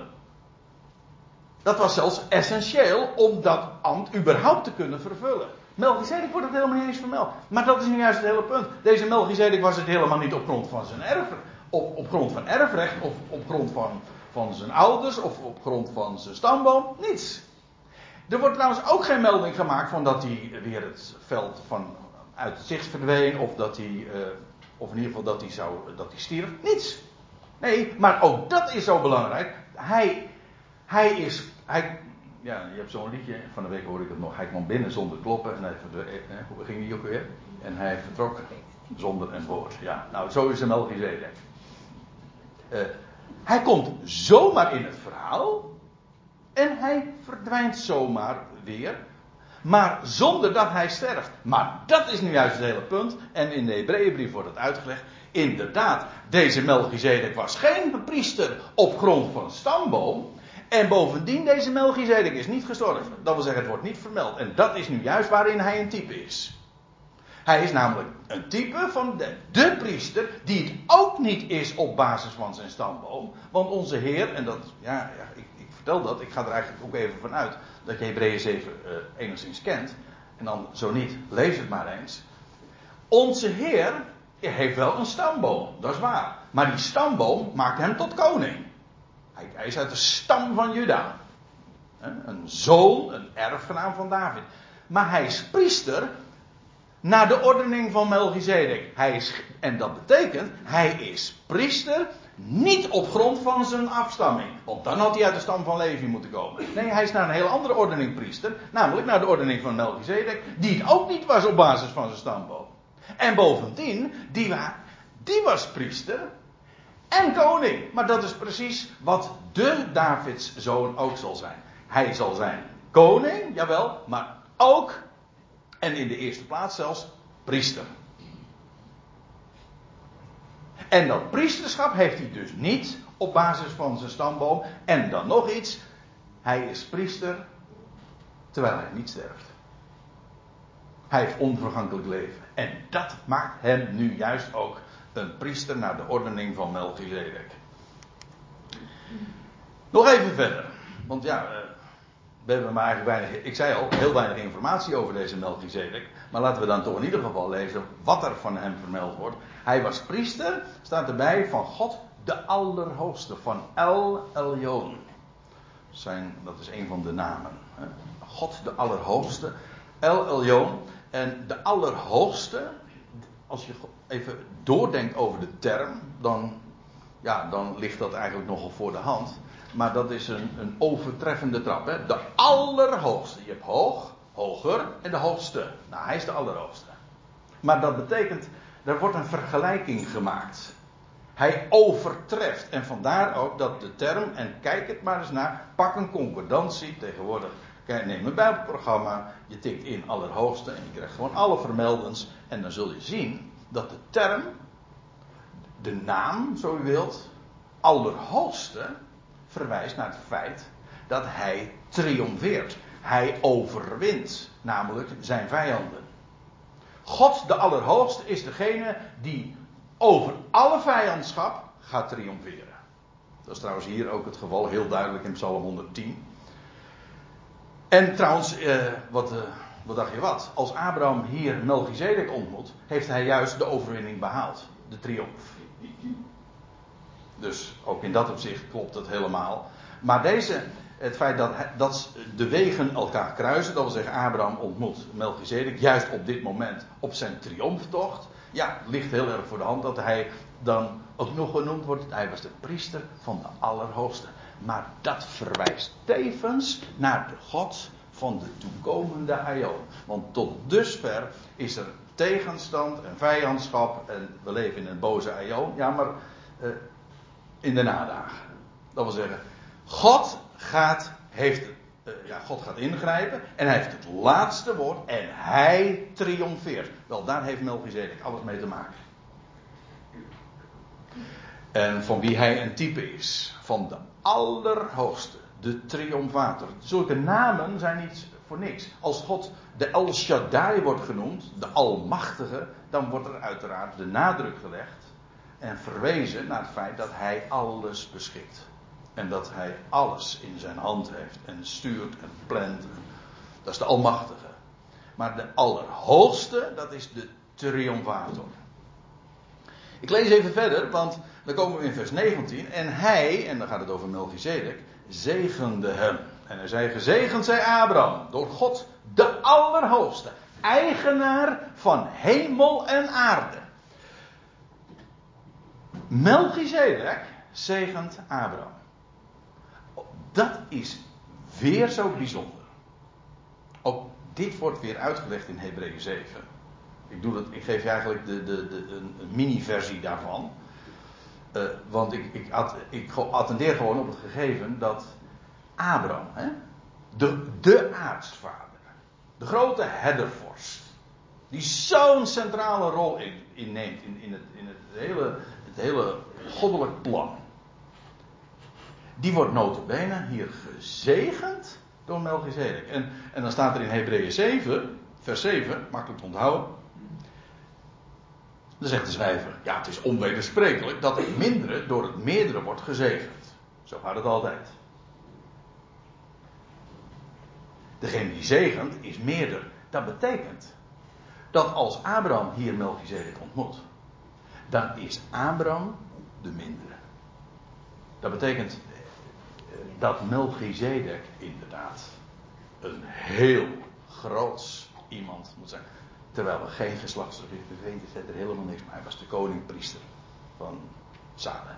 Dat was zelfs essentieel om dat ambt überhaupt te kunnen vervullen. Melchizedek wordt het helemaal niet eens vermeld. Maar dat is nu juist het hele punt. Deze Melchizedek was het helemaal niet op grond van zijn erf, op, op grond van erfrecht, of op grond van, van zijn ouders, of op grond van zijn stamboom. Niets. Er wordt trouwens ook geen melding gemaakt van dat hij weer het veld van uit het zicht verdween, of dat hij, uh, of in ieder geval dat hij zou, dat hij stierf. Niets. Nee, maar ook dat is zo belangrijk. Hij, hij is, hij, ja, je hebt zo'n liedje, van de week hoorde ik het nog, hij kwam binnen zonder kloppen, en hij verdween, eh, hoe ging die ook weer? En hij vertrok zonder een woord. Ja, nou, zo is een Melchizedek. Uh, hij komt zomaar in het verhaal. En hij verdwijnt zomaar weer. Maar zonder dat hij sterft. Maar dat is nu juist het hele punt. En in de Hebreeënbrief wordt het uitgelegd. Inderdaad, deze Melchizedek was geen priester op grond van stamboom. En bovendien, deze Melchizedek is niet gestorven. Dat wil zeggen, het wordt niet vermeld. En dat is nu juist waarin hij een type is. Hij is namelijk een type van de, de priester, die het ook niet is op basis van zijn stamboom. Want onze Heer, en dat, ja, ja ik, ik vertel dat, ik ga er eigenlijk ook even van uit dat je Hebreeën zeven uh, enigszins kent. En dan zo niet, lees het maar eens. Onze Heer heeft wel een stamboom, dat is waar. Maar die stamboom maakt hem tot koning. Hij, hij is uit de stam van Juda. Een zoon, een erfgenaam van David. Maar hij is priester naar de ordening van Melchizedek. Hij is, en dat betekent, hij is priester niet op grond van zijn afstamming. Want dan had hij uit de stam van Levi moeten komen. Nee, hij is naar een heel andere ordening priester. Namelijk naar de ordening van Melchizedek. Die het ook niet was op basis van zijn stamboom. En bovendien, die, die was priester en koning. Maar dat is precies wat de Davids zoon ook zal zijn. Hij zal zijn koning, jawel, maar ook, en in de eerste plaats zelfs, priester. En dat priesterschap heeft hij dus niet op basis van zijn stamboom. En dan nog iets. Hij is priester terwijl hij niet sterft. Hij heeft onvergankelijk leven. En dat maakt hem nu juist ook een priester naar de ordening van Melchizedek. Nog even verder. Want ja, we hebben maar eigenlijk weinig, ik zei al, heel weinig informatie over deze Melchizedek. Maar laten we dan toch in ieder geval lezen wat er van hem vermeld wordt. Hij was priester, staat erbij, van God de Allerhoogste, van El Elyon. Zijn, dat is een van de namen. Hè? God de Allerhoogste, El Elyon. En de Allerhoogste, als je even doordenkt over de term, dan, ja, dan ligt dat eigenlijk nogal voor de hand. Maar dat is een, een overtreffende trap. Hè? De Allerhoogste. Je hebt hoog, hoger en de hoogste. Nou, hij is de Allerhoogste. Maar dat betekent, er wordt een vergelijking gemaakt. Hij overtreft. En vandaar ook dat de term, en kijk het maar eens naar, pak een concordantie tegenwoordig. Kijk, neem een Bijbelprogramma, je tikt in Allerhoogste en je krijgt gewoon alle vermeldens. En dan zul je zien dat de term, de naam, zo u wilt, Allerhoogste, verwijst naar het feit dat hij triomfeert. Hij overwint, namelijk zijn vijanden. God, de Allerhoogste, is degene die over alle vijandschap gaat triomferen. Dat is trouwens hier ook het geval, heel duidelijk in Psalm honderdtien. En trouwens, eh, wat, eh, wat dacht je wat? Als Abraham hier Melchizedek ontmoet, heeft hij juist de overwinning behaald. De triomf. Dus ook in dat opzicht klopt het helemaal. Maar deze, het feit dat, dat de wegen elkaar kruisen, dat wil zeggen Abraham ontmoet Melchizedek, juist op dit moment op zijn triomftocht. Ja, het ligt heel erg voor de hand dat hij dan ook nog genoemd wordt. Hij was de priester van de Allerhoogste. Maar dat verwijst tevens naar de God van de toekomende aion. Want tot dusver is er tegenstand en vijandschap en we leven in een boze aion. Ja, maar uh, in de nadagen. Dat wil zeggen, God gaat, heeft, uh, ja, God gaat ingrijpen en hij heeft het laatste woord en hij triomfeert. Wel, daar heeft Melchizedek alles mee te maken. En van wie hij een type is. Van de Allerhoogste. De triomfator. Zulke namen zijn niet voor niks. Als God de El Shaddai wordt genoemd, de Almachtige, dan wordt er uiteraard de nadruk gelegd en verwezen naar het feit dat hij alles beschikt. En dat hij alles in zijn hand heeft en stuurt en plant. Dat is de Almachtige. Maar de Allerhoogste, dat is de triomfator. Ik lees even verder, want dan komen we in vers negentien. En hij, en dan gaat het over Melchizedek, zegende hem. En hij zei, gezegend zij Abraham, door God de Allerhoogste, eigenaar van hemel en aarde. Melchizedek zegent Abraham. Dat is weer zo bijzonder. Ook dit wordt weer uitgelegd in Hebreeën zeven. Ik, doe dat, ik geef je eigenlijk de, de, de, een, een mini-versie daarvan. Uh, want ik, ik, at, ik attendeer gewoon op het gegeven dat Abraham, hè, de, de aartsvader, de grote herdervorst, die zo'n centrale rol in, inneemt in, in, het, in het, hele, het hele goddelijk plan. Die wordt nota bene hier gezegend door Melchizedek. En, en dan staat er in Hebreeën zeven, vers zeven, makkelijk te onthouden. Dan zegt de schrijver, ja, het is onwedersprekelijk dat het mindere door het meerdere wordt gezegend. Zo gaat het altijd. Degene die zegent is meerder. Dat betekent dat als Abraham hier Melchizedek ontmoet, dan is Abraham de mindere. Dat betekent dat Melchizedek inderdaad een heel groots iemand moet zijn. Terwijl er geen geslachtsverweten is, er helemaal niks. Maar hij was de koning-priester van Salem.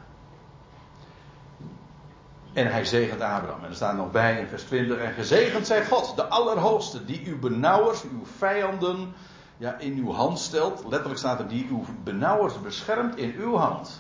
En hij zegent Abraham. En er staat nog bij in vers twintig. En gezegend zij God, de Allerhoogste, die uw benauwers, uw vijanden, ja, in uw hand stelt. Letterlijk staat er, die uw benauwers beschermt in uw hand.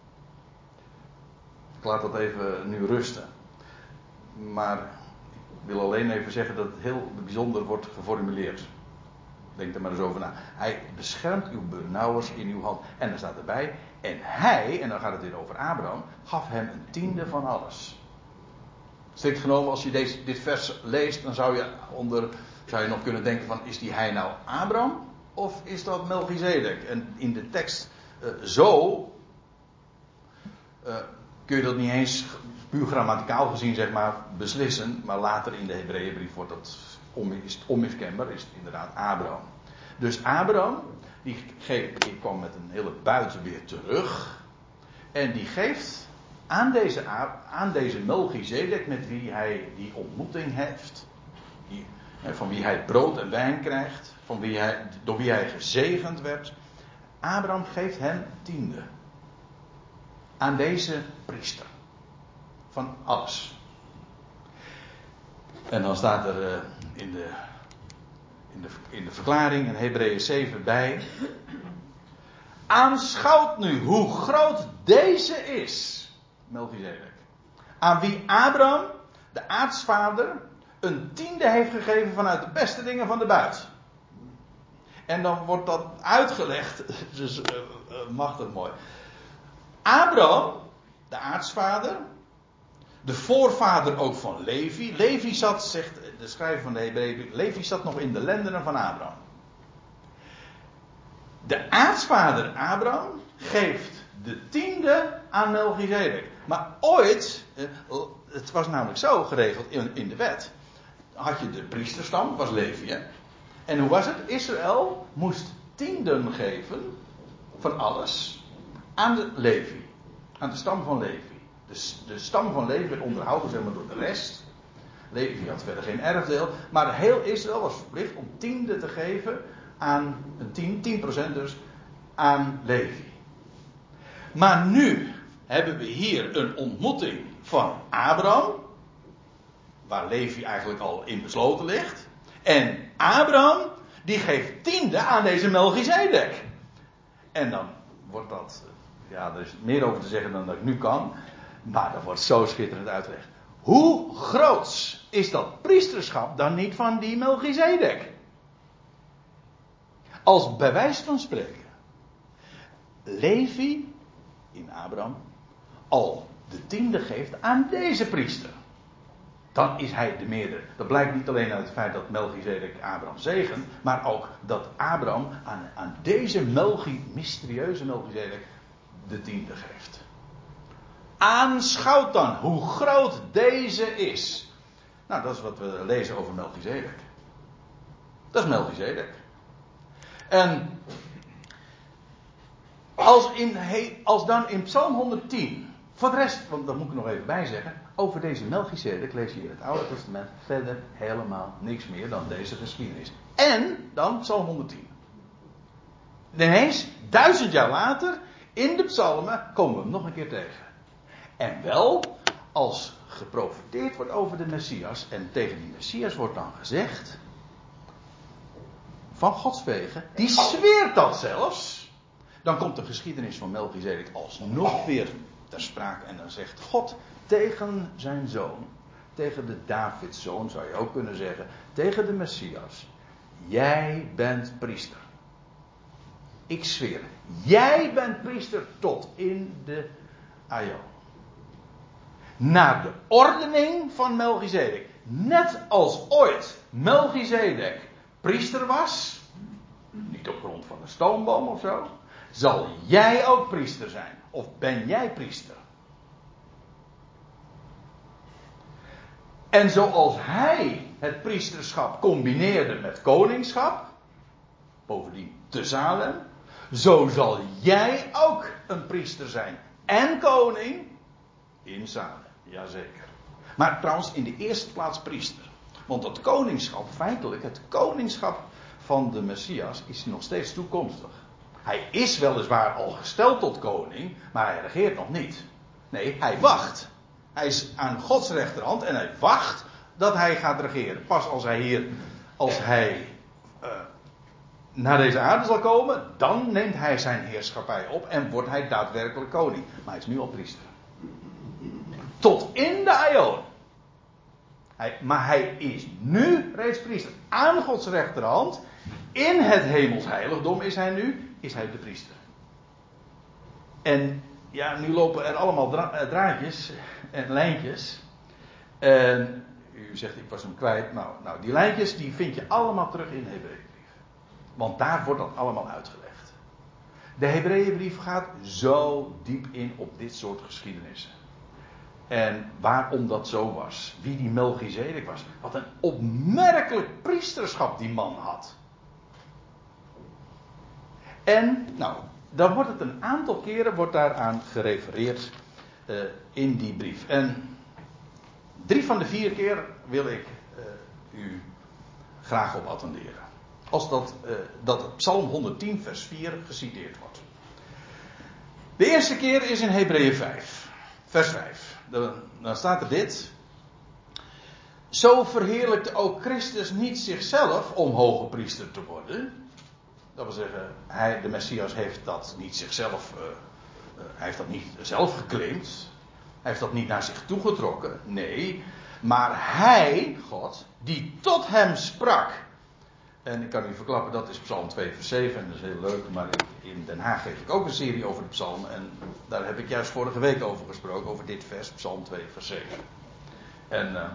Ik laat dat even nu rusten. Maar ik wil alleen even zeggen dat het heel bijzonder wordt geformuleerd. Denk er maar eens over na. Hij beschermt uw benauwers in uw hand. En er staat erbij. En hij, en dan gaat het weer over Abraham, gaf hem een tiende van alles. Strikt genomen, als je deze, dit vers leest, dan zou je, onder, zou je nog kunnen denken van, is die hij nou Abraham? Of is dat Melchizedek? En in de tekst uh, zo uh, kun je dat niet eens puur grammaticaal gezien, zeg maar, beslissen. Maar later in de Hebreeënbrief wordt dat is het onmiskenbaar, is het inderdaad Abraham. Dus Abraham, die, geeft, die kwam met een hele buit weer terug. En die geeft aan deze, aan deze Melchizedek, met wie hij die ontmoeting heeft. Die, van wie hij brood en wijn krijgt. Van wie hij, door wie hij gezegend werd. Abraham geeft hem tiende. Aan deze priester. Van alles. En dan staat er uh, in, de, in, de, in de verklaring in Hebreeën zeven bij. Aanschouwt nu hoe groot deze is. Melchizedek. Aan wie Abraham, de aartsvader, een tiende heeft gegeven vanuit de beste dingen van de buit. En dan wordt dat uitgelegd. Dus uh, uh, machtig mooi. Abraham, de aartsvader, de voorvader ook van Levi. Levi zat, zegt de schrijver van de Hebreeën, Levi zat nog in de lendenen van Abraham. De aartsvader Abraham geeft de tiende aan Melchizedek. Maar ooit, het was namelijk zo geregeld in, in de wet. Had je de priesterstam, was Levi. Hè? En hoe was het? Israël moest tienden geven van alles aan de Levi. Aan de stam van Levi. De, de stam van Levi werd onderhouden, zeg maar, door de rest. Levi had verder geen erfdeel. Maar heel Israël was verplicht om tiende te geven aan, een tien, tien procent dus, aan Levi. Maar nu hebben we hier een ontmoeting van Abraham, waar Levi eigenlijk al in besloten ligt. En Abraham, die geeft tiende aan deze Melchizedek. En dan wordt dat, ja, er is meer over te zeggen dan dat ik nu kan, maar dat wordt zo schitterend uitgelegd. Hoe groots is dat priesterschap dan niet van die Melchizedek? Als bij wijze van spreken Levi in Abraham al de tiende geeft aan deze priester, dan is hij de meerdere. Dat blijkt niet alleen uit het feit dat Melchizedek Abraham zegent, maar ook dat Abraham aan, aan deze Melchi, mysterieuze Melchizedek de tiende geeft. Aanschouwt dan hoe groot deze is. Nou, dat is wat we lezen over Melchizedek. Dat is Melchizedek. En als, in, als dan in Psalm honderdtien, voor de rest, want daar moet ik nog even bij zeggen, over deze Melchizedek lees je in het Oude Testament verder helemaal niks meer dan deze geschiedenis. En dan Psalm honderdtien. Ineens, duizend jaar later, in de psalmen komen we hem nog een keer tegen. En wel, als geprofeteerd wordt over de Messias, en tegen die Messias wordt dan gezegd, van Gods wegen, die zweert dat zelfs. Dan komt de geschiedenis van Melchizedek alsnog weer ter sprake. En dan zegt God tegen zijn zoon, tegen de Davidszoon zou je ook kunnen zeggen, tegen de Messias, jij bent priester. Ik zweer, jij bent priester tot in de aion. Naar de ordening van Melchizedek. Net als ooit Melchizedek priester was, niet op grond van een stoomboom of zo, zal jij ook priester zijn. Of ben jij priester? En zoals hij het priesterschap combineerde met koningschap, bovendien te Salem, zo zal jij ook een priester zijn en koning in Salem. Jazeker. Maar trouwens in de eerste plaats priester. Want dat koningschap, feitelijk het koningschap van de Messias, is nog steeds toekomstig. Hij is weliswaar al gesteld tot koning, maar hij regeert nog niet. Nee, hij wacht. Hij is aan Gods rechterhand en hij wacht dat hij gaat regeren. Pas als hij hier, als hij uh, naar deze aarde zal komen, dan neemt hij zijn heerschappij op en wordt hij daadwerkelijk koning. Maar hij is nu al priester. Tot in de aion. Hij, maar hij is nu reeds priester. Aan Gods rechterhand. In het hemelsheiligdom is hij nu. Is hij de priester. En ja, nu lopen er allemaal dra- draadjes en lijntjes. En u zegt ik was hem kwijt. Nou, nou, die lijntjes die vind je allemaal terug in de Hebreeënbrief. Want daar wordt dat allemaal uitgelegd. De Hebreeënbrief gaat zo diep in op dit soort geschiedenissen. En waarom dat zo was. Wie die Melchizedek was. Wat een opmerkelijk priesterschap die man had. En, nou, dan wordt het een aantal keren wordt daaraan gerefereerd uh, in die brief. En drie van de vier keer wil ik uh, u graag op attenderen. Als dat, uh, dat Psalm honderdtien vers vier geciteerd wordt. De eerste keer is in Hebreeën vijf. Vers vijf. Dan, dan staat er dit. Zo verheerlijkte ook Christus niet zichzelf om hoge priester te worden. Dat wil zeggen, hij, de Messias heeft dat niet zichzelf, uh, uh, hij heeft dat niet zelf geclaimd. Hij heeft dat niet naar zich toegetrokken. Nee, maar hij, God, die tot hem sprak. En ik kan u verklappen, dat is Psalm twee vers zeven en dat is heel leuk. Maar in Den Haag geef ik ook een serie over de psalmen. En daar heb ik juist vorige week over gesproken, over dit vers, Psalm twee vers zeven. En uh,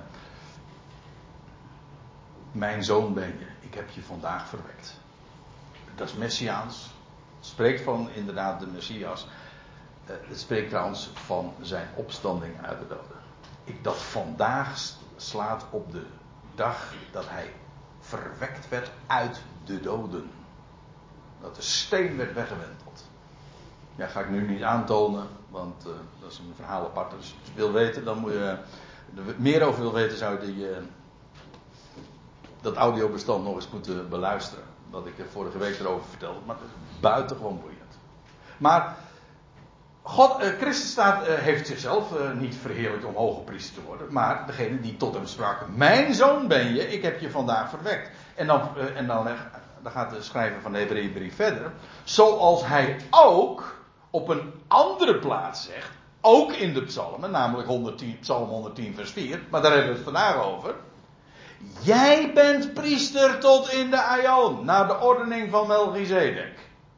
mijn zoon ben je, ik heb je vandaag verwekt. Dat is messiaans. Het spreekt van inderdaad de Messias. Uh, het spreekt trouwens van zijn opstanding uit de doden. Ik, dat vandaag slaat op de dag dat hij verwekt werd uit de doden. Dat de steen werd weggewenteld. Ja, ga ik nu niet aantonen, want uh, dat is een verhaal apart. Dus als je wil weten, dan moet je er meer over wil weten, zou je die, uh, dat audiobestand nog eens moeten beluisteren. Wat ik vorige week erover vertelde. Maar het is buitengewoon boeiend. Maar God, uh, Christus staat, uh, heeft zichzelf uh, niet verheerlijkt om hoge priester te worden. Maar degene die tot hem sprak. Mijn zoon ben je, ik heb je vandaag verwekt. En dan, uh, en dan, uh, dan gaat de schrijver van de Hebreeënbrief verder. Zoals hij ook op een andere plaats zegt. Ook in de psalmen, namelijk honderdtien, psalm honderdtien vers vier. Maar daar hebben we het vandaag over. Jij bent priester tot in de aion. Naar de ordening van Melchizedek.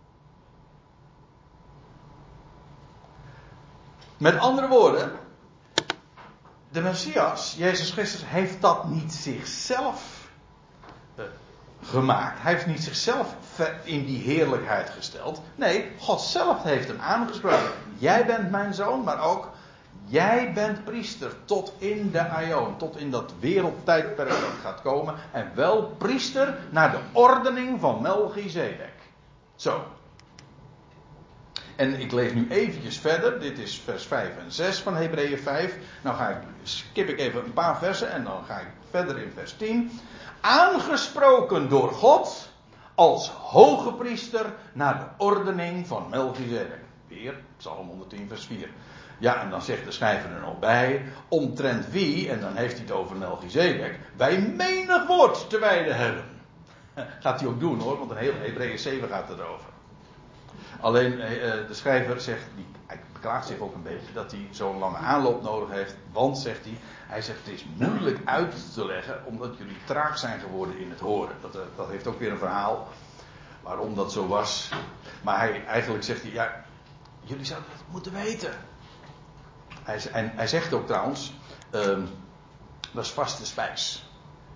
Met andere woorden. De Messias, Jezus Christus, heeft dat niet zichzelf uh, gemaakt. Hij heeft niet zichzelf in die heerlijkheid gesteld. Nee, God zelf heeft hem aangesproken. Jij bent mijn zoon, maar ook jij bent priester tot in de aion. Tot in dat wereldtijdperk dat gaat komen. En wel priester naar de ordening van Melchizedek. Zo. En ik lees nu eventjes verder. Dit is vers vijf en zes van Hebreeën vijf. Nou ga ik, skip ik even een paar versen en dan ga ik verder in vers tien. Aangesproken door God als hoge priester naar de ordening van Melchizedek. Weer, Psalm honderdtien vers vier. Ja, en dan zegt de schrijver er nog bij, omtrent wie, en dan heeft hij het over Melchizedek, wij menig woord te wijden hebben. Gaat hij ook doen hoor, want een heel Hebreeën zeven gaat erover. Alleen de schrijver zegt, die, hij beklaagt zich ook een beetje dat hij zo'n lange aanloop nodig heeft. Want, zegt hij, hij zegt het is moeilijk uit te leggen omdat jullie traag zijn geworden in het horen. Dat, dat heeft ook weer een verhaal waarom dat zo was. Maar hij, eigenlijk zegt hij, ja, jullie zouden het moeten weten. Hij, en hij zegt ook trouwens, um, dat is vaste spijs.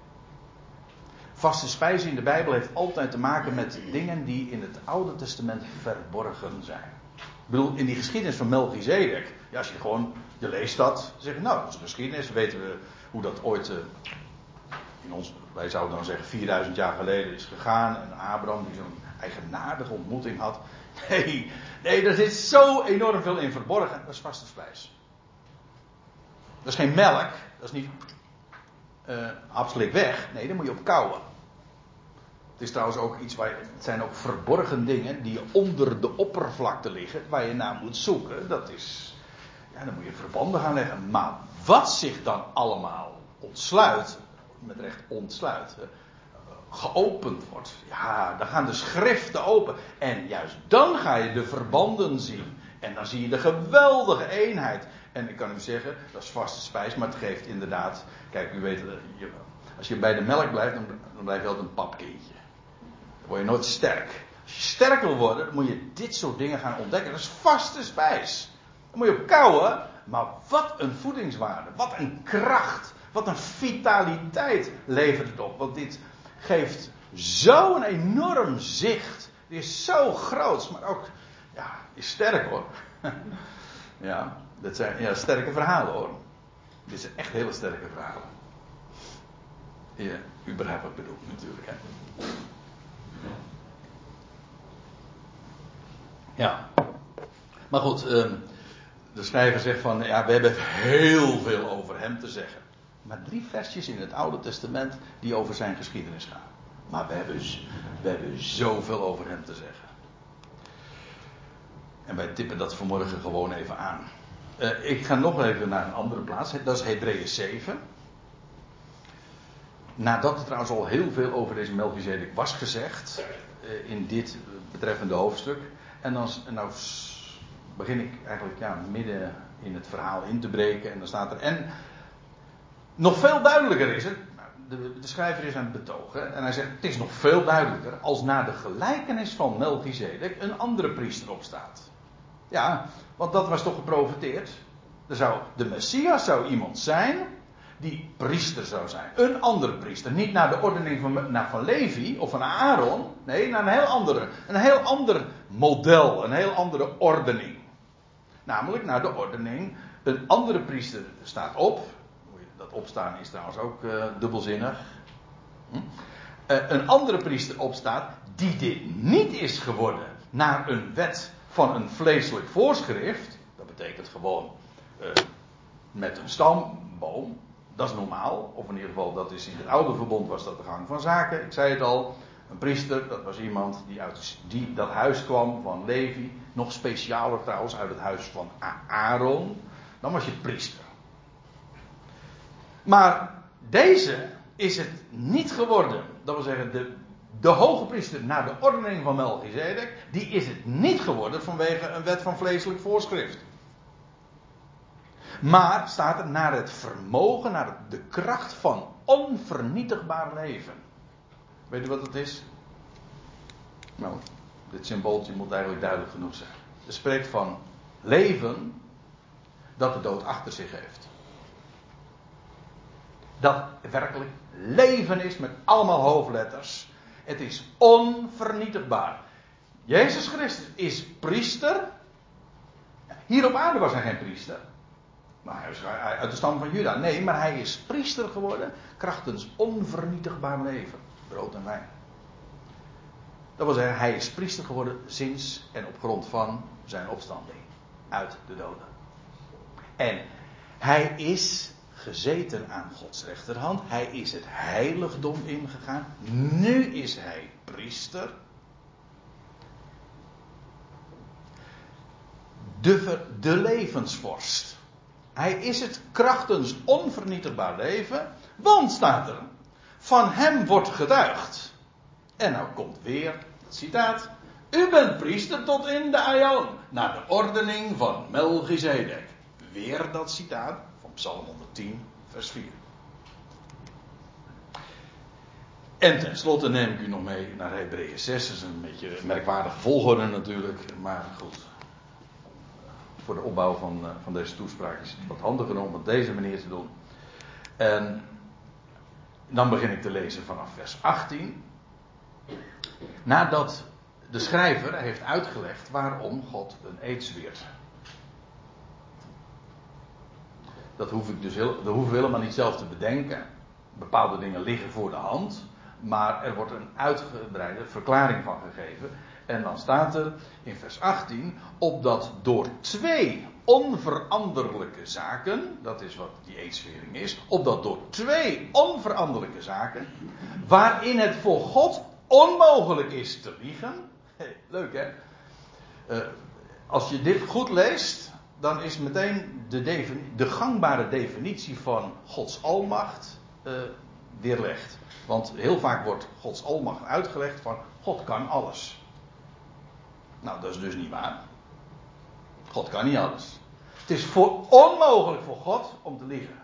Vaste spijs in de Bijbel heeft altijd te maken met dingen die in het Oude Testament verborgen zijn. Ik bedoel, in die geschiedenis van Melchizedek, ja, als je gewoon, je leest dat, dan zeg je, nou, dat is een geschiedenis, weten we hoe dat ooit, uh, in ons, wij zouden dan zeggen, vierduizend jaar geleden is gegaan, en Abraham die zo'n eigenaardige ontmoeting had. Nee, nee, er zit zo enorm veel in verborgen, dat is vaste spijs. Dat is geen melk, dat is niet uh, absoluut weg, nee, daar moet je op kauwen. Het is trouwens ook iets waar, het zijn ook verborgen dingen die onder de oppervlakte liggen, waar je naar moet zoeken. Dat is, ja, dan moet je verbanden gaan leggen. Maar wat zich dan allemaal ontsluit, met recht ontsluit, geopend wordt, ja, dan gaan de schriften open. En juist dan ga je de verbanden zien. En dan zie je de geweldige eenheid. En ik kan u zeggen, dat is vaste spijs, maar het geeft inderdaad, kijk, u weet, als je bij de melk blijft, dan, dan blijf je altijd een papkindje. Dan word je nooit sterk. Als je sterk wil worden, dan moet je dit soort dingen gaan ontdekken. Dat is vaste spijs. Dan moet je op kauwen. Maar wat een voedingswaarde. Wat een kracht. Wat een vitaliteit levert het op. Want dit geeft zo'n enorm zicht. Die is zo groot. Maar ook, ja, is sterk hoor. Ja, dat zijn ja, sterke verhalen hoor. Dit zijn echt hele sterke verhalen. Ja, u begrijpt wat ik bedoel natuurlijk. Hè. Ja. Maar goed, de schrijver zegt van, ja, we hebben heel veel over hem te zeggen. Maar drie versjes in het Oude Testament die over zijn geschiedenis gaan. Maar we hebben, we hebben zoveel over hem te zeggen. En wij tippen dat vanmorgen gewoon even aan. Uh, ik ga nog even naar een andere plaats. Dat is Hebreeën zeven. Nadat er trouwens al heel veel over deze Melchizedek was gezegd. Uh, in dit betreffende hoofdstuk. En dan en nou begin ik eigenlijk ja, midden in het verhaal in te breken. En dan staat er. En nog veel duidelijker is het. De, de schrijver is aan het betogen. En hij zegt. Het is nog veel duidelijker. Als na de gelijkenis van Melchizedek een andere priester opstaat. Ja, want dat was toch geprofeteerd. Er zou, de Messias zou iemand zijn. Die priester zou zijn. Een andere priester. Niet naar de ordening van, naar van Levi of van Aaron. Nee, naar een heel andere. Een heel ander model. Een heel andere ordening. Namelijk naar de ordening. Een andere priester staat op. Dat opstaan is trouwens ook uh, dubbelzinnig. Hm? Uh, een andere priester opstaat. Die dit niet is geworden. Naar een wet van een vleeselijk voorschrift, dat betekent gewoon uh, met een stamboom, dat is normaal, of in ieder geval dat is in het oude verbond was dat de gang van zaken. Ik zei het al, een priester, dat was iemand die uit die, dat huis kwam van Levi, nog specialer trouwens uit het huis van Aaron, dan was je priester. Maar deze is het niet geworden, dat wil zeggen de De hoge priester naar de ordening van Melchizedek, die is het niet geworden vanwege een wet van vleeselijk voorschrift. Maar staat er naar het vermogen, naar de kracht van onvernietigbaar leven. Weet u wat het is? Nou, dit symbooltje moet eigenlijk duidelijk genoeg zijn. Het spreekt van leven dat de dood achter zich heeft. Dat werkelijk leven is met allemaal hoofdletters. Het is onvernietigbaar. Jezus Christus is priester. Hier op aarde was hij geen priester. Nou, hij was uit de stam van Juda. Nee, maar hij is priester geworden. Krachtens onvernietigbaar leven. Brood en wijn. Dat wil zeggen, hij is priester geworden sinds en op grond van zijn opstanding. Uit de doden. En hij is gezeten aan Gods rechterhand. Hij is het heiligdom ingegaan. Nu is hij priester. De, de levensvorst. Hij is het krachtens onvernietigbaar leven. Want staat er, van hem wordt getuigd. En nou komt weer het citaat. U bent priester tot in de aion. Naar de ordening van Melchizedek. Weer dat citaat. Psalm honderdtien, vers vier. En tenslotte neem ik u nog mee naar Hebreeën zes. Dat is een beetje een merkwaardige volgorde natuurlijk. Maar goed. Voor de opbouw van, uh, van deze toespraak is het wat handiger om op deze manier te doen. En dan begin ik te lezen vanaf vers achttien. Nadat de schrijver heeft uitgelegd waarom God een eed zweert. Dat hoef ik dus heel, dat hoeven we helemaal niet zelf te bedenken. Bepaalde dingen liggen voor de hand. Maar er wordt een uitgebreide verklaring van gegeven. En dan staat er in vers achttien. Opdat door twee onveranderlijke zaken. Dat is wat die eedswering is. Opdat door twee onveranderlijke zaken. Waarin het voor God onmogelijk is te liegen. Hey, leuk hè. Uh, als je dit goed leest. Dan is meteen de, defini- de gangbare definitie van Gods almacht uh, weerlegd. Want heel vaak wordt Gods almacht uitgelegd van God kan alles. Nou, dat is dus niet waar. God kan niet alles. Het is voor onmogelijk voor God om te liegen.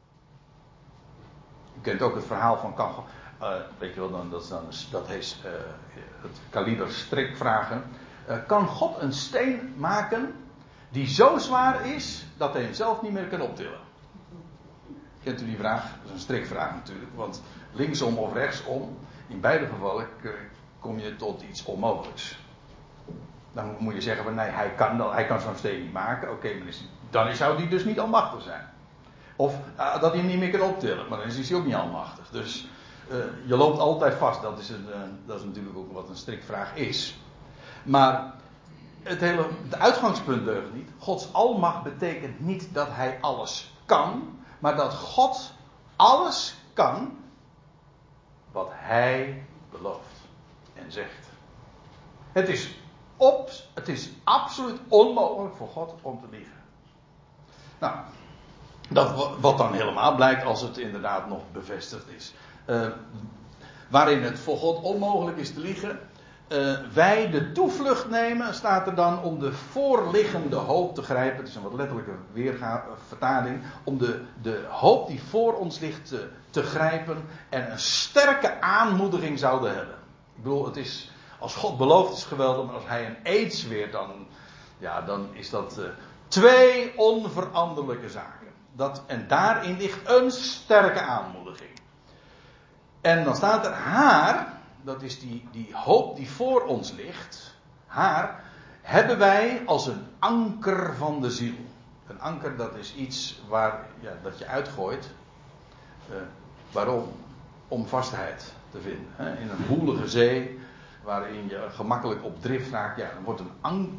U kent ook het verhaal van kan God, uh, weet je wel, dan, dat, is dan, dat heet uh, het kaliber strikvragen. Uh, kan God een steen maken die zo zwaar is dat hij hem zelf niet meer kan optillen? Kent u die vraag? Dat is een strikvraag natuurlijk. Want linksom of rechtsom, in beide gevallen kom je tot iets onmogelijks. Dan moet je zeggen van nee, hij kan, dat, hij kan zo'n steen niet maken. Oké, okay, maar dan zou hij dus niet almachtig zijn. Of uh, dat hij hem niet meer kan optillen. Maar dan is hij ook niet almachtig. Dus uh, je loopt altijd vast. Dat is, een, uh, dat is natuurlijk ook wat een strikvraag is. Maar het hele, het uitgangspunt deugt niet. Gods almacht betekent niet dat hij alles kan. Maar dat God alles kan wat hij belooft en zegt. Het is, op, het is absoluut onmogelijk voor God om te liegen. Nou, dat, wat dan helemaal blijkt als het inderdaad nog bevestigd is. Uh, waarin het voor God onmogelijk is te liegen. Uh, wij de toevlucht nemen, staat er dan, om de voorliggende hoop te grijpen. Het is een wat letterlijke weerga, vertaling. Om de, de hoop die voor ons ligt te, te grijpen. En een sterke aanmoediging zouden hebben. Ik bedoel, het is, als God belooft is geweldig. Maar als hij een eed zweert, dan, ja, dan is dat uh, twee onveranderlijke zaken. Dat, en daarin ligt een sterke aanmoediging. En dan staat er haar... Dat is die, die hoop die voor ons ligt. Haar hebben wij als een anker van de ziel. Een anker, dat is iets waar, ja, dat je uitgooit. Uh, waarom? Om vastheid te vinden. Hè? In een woelige zee, waarin je gemakkelijk op drift raakt. Ja, dan wordt een anker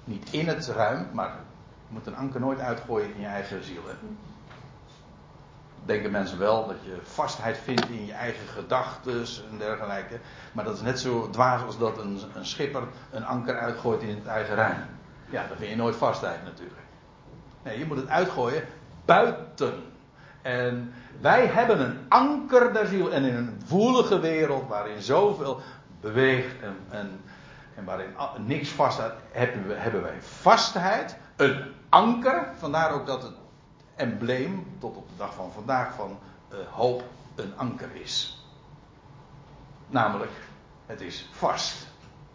Niet in het ruim, maar je moet een anker nooit uitgooien in je eigen ziel. Hè? Denken mensen wel dat je vastheid vindt in je eigen gedachten en dergelijke. Maar dat is net zo dwaas als dat een, een schipper een anker uitgooit in het eigen ruim. Ja, dan vind je nooit vastheid natuurlijk. Nee, je moet het uitgooien buiten. En wij hebben een anker der ziel. En in een woelige wereld waarin zoveel beweegt en, en, en waarin niks vaststaat, hebben, we, hebben wij vastheid. Een anker. Vandaar ook dat het embleem tot op de dag van vandaag van uh, hoop een anker is. Namelijk, het is vast.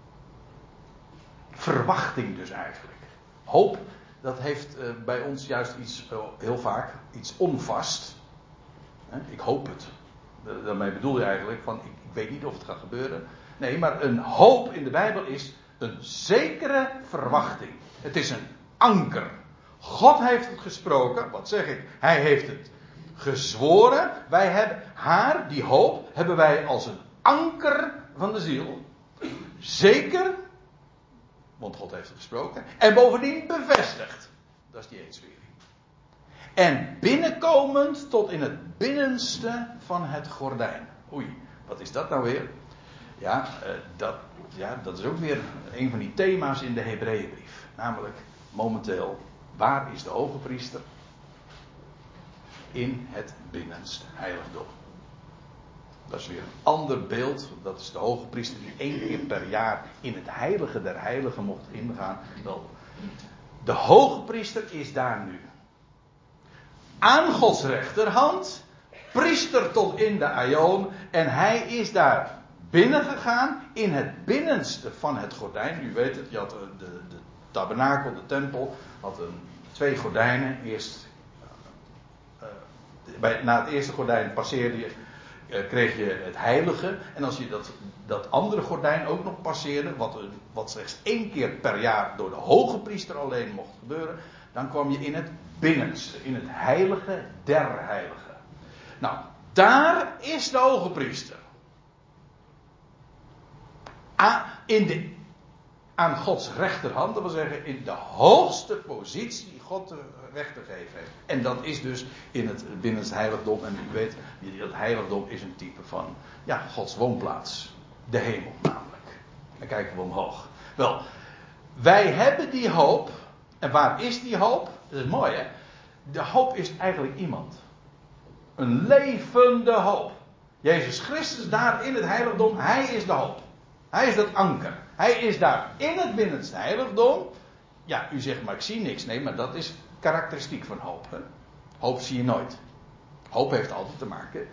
Verwachting dus eigenlijk. Hoop, dat heeft uh, bij ons juist iets, uh, heel vaak, iets onvast. He, ik hoop het. Daarmee bedoel je eigenlijk van, ik, ik weet niet of het gaat gebeuren. Nee, maar een hoop in de Bijbel is een zekere verwachting. Het is een anker. God heeft het gesproken. Wat zeg ik? Hij heeft het gezworen. Wij hebben haar, die hoop, hebben wij als een anker van de ziel. Zeker. Want God heeft het gesproken. En bovendien bevestigd. Dat is die eenswering. En binnenkomend tot in het binnenste van het gordijn. Oei, wat is dat nou weer? Ja, uh, dat, ja, dat is ook weer een van die thema's in de Hebreeënbrief. Namelijk, momenteel, waar is de hoge priester? In het binnenste heiligdom. Dat is weer een ander beeld. Dat is de hoge priester die één keer per jaar in het heilige der heiligen mocht ingaan. Wel, de hoge priester is daar nu. Aan Gods rechterhand. Priester tot in de aion. En hij is daar binnengegaan. In het binnenste van het gordijn. U weet het, je had de, de tabernakel, de tempel. Had een, twee gordijnen. Eerst, uh, bij, na het eerste gordijn passeerde je. Uh, kreeg je het heilige. En als je dat, dat andere gordijn ook nog passeerde. Wat, wat slechts één keer per jaar door de hoge priester alleen mocht gebeuren. Dan kwam je in het binnenste. In het heilige der heiligen. Nou, daar is de hoge priester. A, in de, aan Gods rechterhand. Dat wil zeggen in de hoogste positie die God recht te geven heeft. En dat is dus in het binnenste heiligdom. En u weet, dat heiligdom is een type van ja, Gods woonplaats. De hemel namelijk. Dan kijken we omhoog. Wel, wij hebben die hoop. En waar is die hoop? Dat is mooi hè. De hoop is eigenlijk iemand. Een levende hoop. Jezus Christus daar in het heiligdom. Hij is de hoop. Hij is dat anker. Hij is daar in het binnenste heiligdom. Ja, u zegt maar ik zie niks. Nee, maar dat is karakteristiek van hoop. Hè? Hoop zie je nooit. Hoop heeft altijd te maken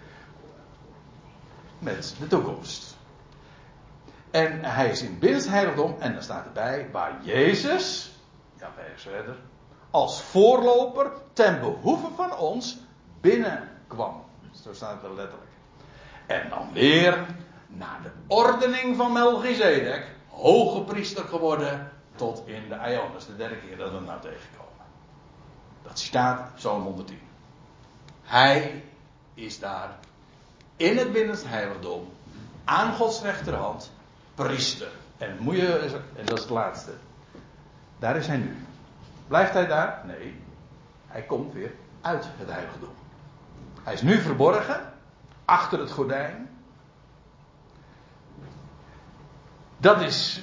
met de toekomst. En hij is in het binnenste heiligdom. En dan staat erbij waar Jezus, ja, vers verder, als voorloper ten behoeve van ons binnenkwam. Zo staat het er letterlijk. En dan weer naar de ordening van Melchizedek hoge priester geworden tot in de aion. Dat is de derde keer dat we hem nou tegenkomen. Dat staat Psalm honderdtien. Hij is daar in het binnenste heiligdom aan Gods rechterhand priester. En moet je, en dat is het laatste. Daar is hij nu. Blijft hij daar? Nee. Hij komt weer uit het heiligdom. Hij is nu verborgen achter het gordijn. Dat is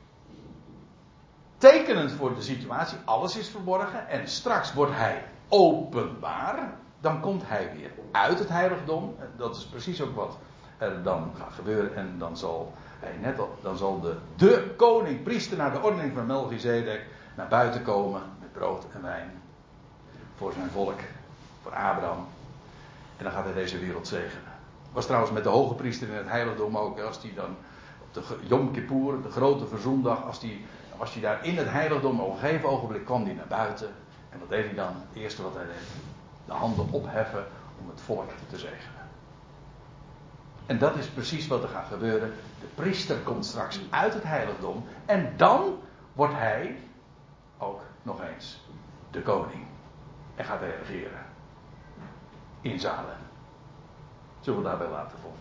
tekenend voor de situatie. Alles is verborgen. En straks wordt hij openbaar. Dan komt hij weer uit het heiligdom. Dat is precies ook wat er dan gaat gebeuren. En dan zal hij net al, dan zal de, de koning, priester naar de ordening van Melchizedek naar buiten komen met brood en wijn. Voor zijn volk. Voor Abraham. En dan gaat hij deze wereld zegenen. Was trouwens met de hoge priester in het heiligdom ook. Als die dan op de Yom Kippur, de grote verzoendag. Als die, was hij daar in het heiligdom. Op een gegeven ogenblik kwam hij naar buiten. En wat deed hij dan? Het eerste wat hij deed. De handen opheffen om het volk te zegenen. En dat is precies wat er gaat gebeuren. De priester komt straks uit het heiligdom. En dan wordt hij ook nog eens de koning. En gaat hij regeren. In Salem. Zullen we daarbij laten volgen.